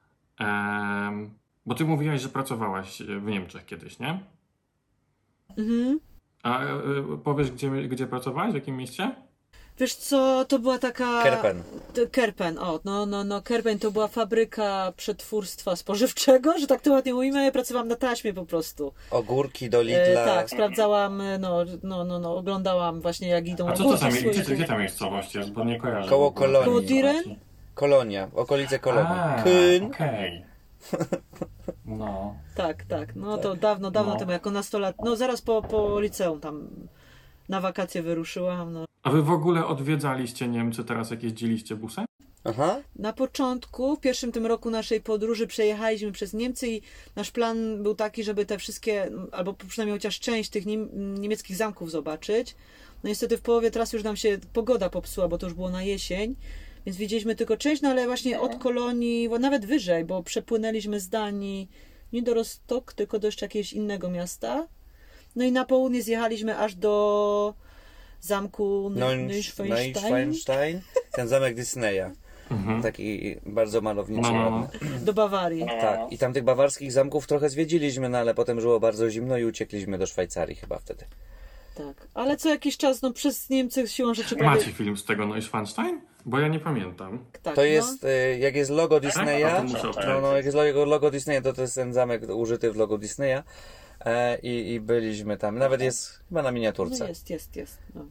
Bo ty mówiłaś, że pracowałaś w Niemczech kiedyś, nie? Mhm. A powiesz, gdzie pracowałaś, w jakim mieście? Wiesz co, to była taka... Kerpen. Kerpen, Kerpen to była fabryka przetwórstwa spożywczego, że tak to ładnie mówimy, ja pracowałam na taśmie po prostu. Ogórki do Lidla. Tak, sprawdzałam, oglądałam właśnie jak idą A co to ogórki tam, słoiku. gdzie ta miejscowość jest, bo nie kojarzę. Koło Kolonii. Koło Diren? Kolonia, okolice Kolonii. A, Kyn. okej. No. Tak, no to dawno No. temu, jako nastolat, zaraz po liceum tam na wakacje wyruszyłam, A wy w ogóle odwiedzaliście Niemcy teraz, jak jeździliście busem? Aha. Na początku, w pierwszym tym roku naszej podróży przejechaliśmy przez Niemcy i nasz plan był taki, żeby te wszystkie, albo przynajmniej chociaż część tych niemieckich zamków zobaczyć. No niestety w połowie trasy już nam się pogoda popsuła, bo to już było na jesień. Więc widzieliśmy tylko część, no ale właśnie od Kolonii, bo nawet wyżej, bo przepłynęliśmy z Danii nie do Rostok, tylko do jeszcze jakiegoś innego miasta. No i na południe zjechaliśmy aż do zamku Neuschwanstein, ten zamek Disneya. Taki bardzo malowniczy. Ładny. Do Bawarii. Tak, i tam tych bawarskich zamków trochę zwiedziliśmy, no ale potem było bardzo zimno i uciekliśmy do Szwajcarii chyba wtedy. Tak, ale co jakiś czas, no przez Niemcy siłą rzeczy prawie... Macie film z tego Neuschwanstein? Bo ja nie pamiętam. Tak, To jest, jak jest logo Disneya, A to muszę no jak jest logo Disneya, to jest ten zamek użyty w logo Disneya i byliśmy tam, nawet jest chyba na miniaturce. No jest. No.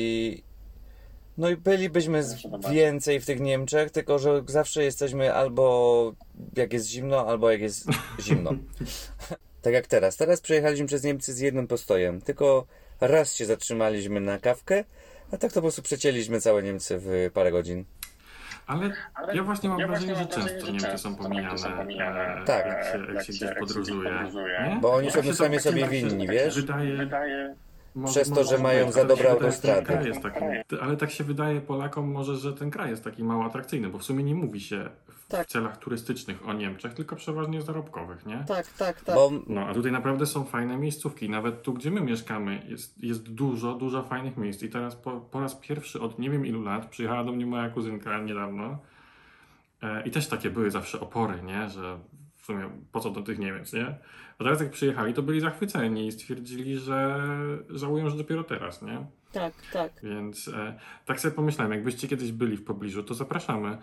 No i bylibyśmy więcej w tych Niemczech, tylko że zawsze jesteśmy albo jak jest zimno, albo jak jest zimno. Tak jak teraz. Teraz przejechaliśmy przez Niemcy z jednym postojem, tylko raz się zatrzymaliśmy na kawkę, a tak to po prostu przecięliśmy całe Niemcy w parę godzin. Ale ja właśnie mam wrażenie, że często Niemcy są pomijane, Tak. jak się gdzieś podróżuje. Nie? Bo oni Jak są się sami to sobie tak winni, wiesz? Wydaje, Przez to, że mają za dobre autostrady. Kraj jest taki, ale tak się wydaje Polakom może, że ten kraj jest taki mało atrakcyjny, bo w sumie nie mówi się w celach turystycznych o Niemczech, tylko przeważnie zarobkowych, nie? Tak. Bo No, a tutaj naprawdę są fajne miejscówki. Nawet tu, gdzie my mieszkamy, jest dużo fajnych miejsc. I teraz po raz pierwszy od nie wiem ilu lat przyjechała do mnie moja kuzynka niedawno. I też takie były zawsze opory, nie? Że w sumie po co do tych Niemiec, nie? A teraz jak przyjechali, to byli zachwyceni i stwierdzili, że żałują, że dopiero teraz, nie? Tak. Więc tak sobie pomyślałem, jakbyście kiedyś byli w pobliżu, to zapraszamy.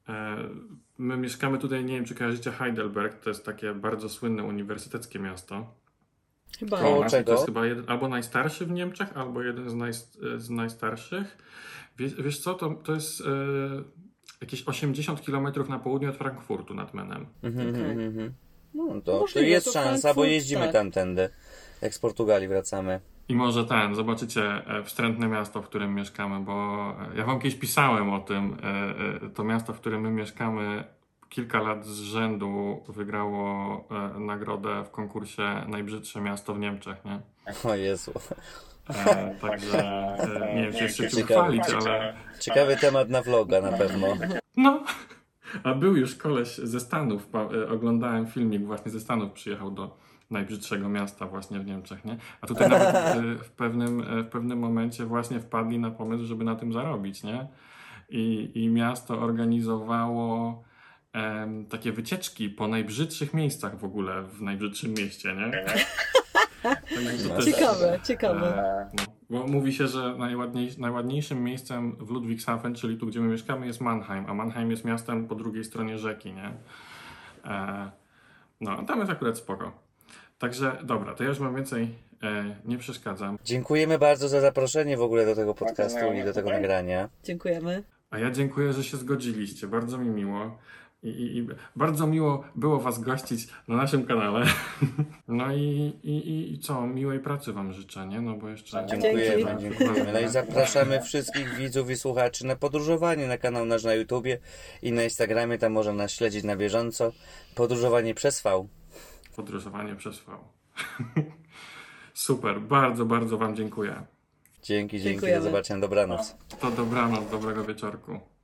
My mieszkamy tutaj, nie wiem czy kojarzycie Heidelberg, to jest takie bardzo słynne uniwersyteckie miasto. Chyba. Koło To czego? jest chyba albo najstarszy w Niemczech, albo jeden z najstarszych. Wiesz co, to jest jakieś 80 km na południe od Frankfurtu nad Menem. No to Możliwe, jest to szansa, Frankfurt, bo jeździmy tak. tamtędy. Jak z Portugalii wracamy. I może zobaczycie wstrętne miasto, w którym mieszkamy, bo ja wam kiedyś pisałem o tym. To miasto, w którym my mieszkamy, kilka lat z rzędu wygrało nagrodę w konkursie Najbrzydsze miasto w Niemczech, nie? O Jezu. Także nie wiem, czy jeszcze się Ciekawe. chwalić, ale... Ciekawy temat na vloga na pewno. No, a był już koleś ze Stanów, oglądałem filmik właśnie ze Stanów, przyjechał do najbrzydszego miasta właśnie w Niemczech, nie? A tutaj nawet w pewnym momencie właśnie wpadli na pomysł, żeby na tym zarobić, nie? I miasto organizowało takie wycieczki po najbrzydszych miejscach w ogóle w najbrzydszym mieście, nie? Ciekawe. No, bo mówi się, że najładniejszym miejscem w Ludwigshafen, czyli tu, gdzie my mieszkamy, jest Mannheim, a Mannheim jest miastem po drugiej stronie rzeki, nie? No, tam jest akurat spoko. Także, dobra, to ja już wam więcej nie przeszkadzam. Dziękujemy bardzo za zaproszenie w ogóle do tego podcastu i do tego nagrania. Dziękujemy. A ja dziękuję, że się zgodziliście. Bardzo mi miło. I bardzo miło było was gościć na naszym kanale. No i co? Miłej pracy wam życzę, nie? No bo jeszcze... Dziękujemy. No i zapraszamy wszystkich widzów i słuchaczy na podróżowanie na kanał nasz na YouTubie i na Instagramie. Tam można nas śledzić na bieżąco. Podróżowanie przez V. Podróżowanie przez V. Super. Bardzo wam dziękuję. Dzięki. Do zobaczenia. Dobranoc. To dobranoc. Dobrego wieczorku.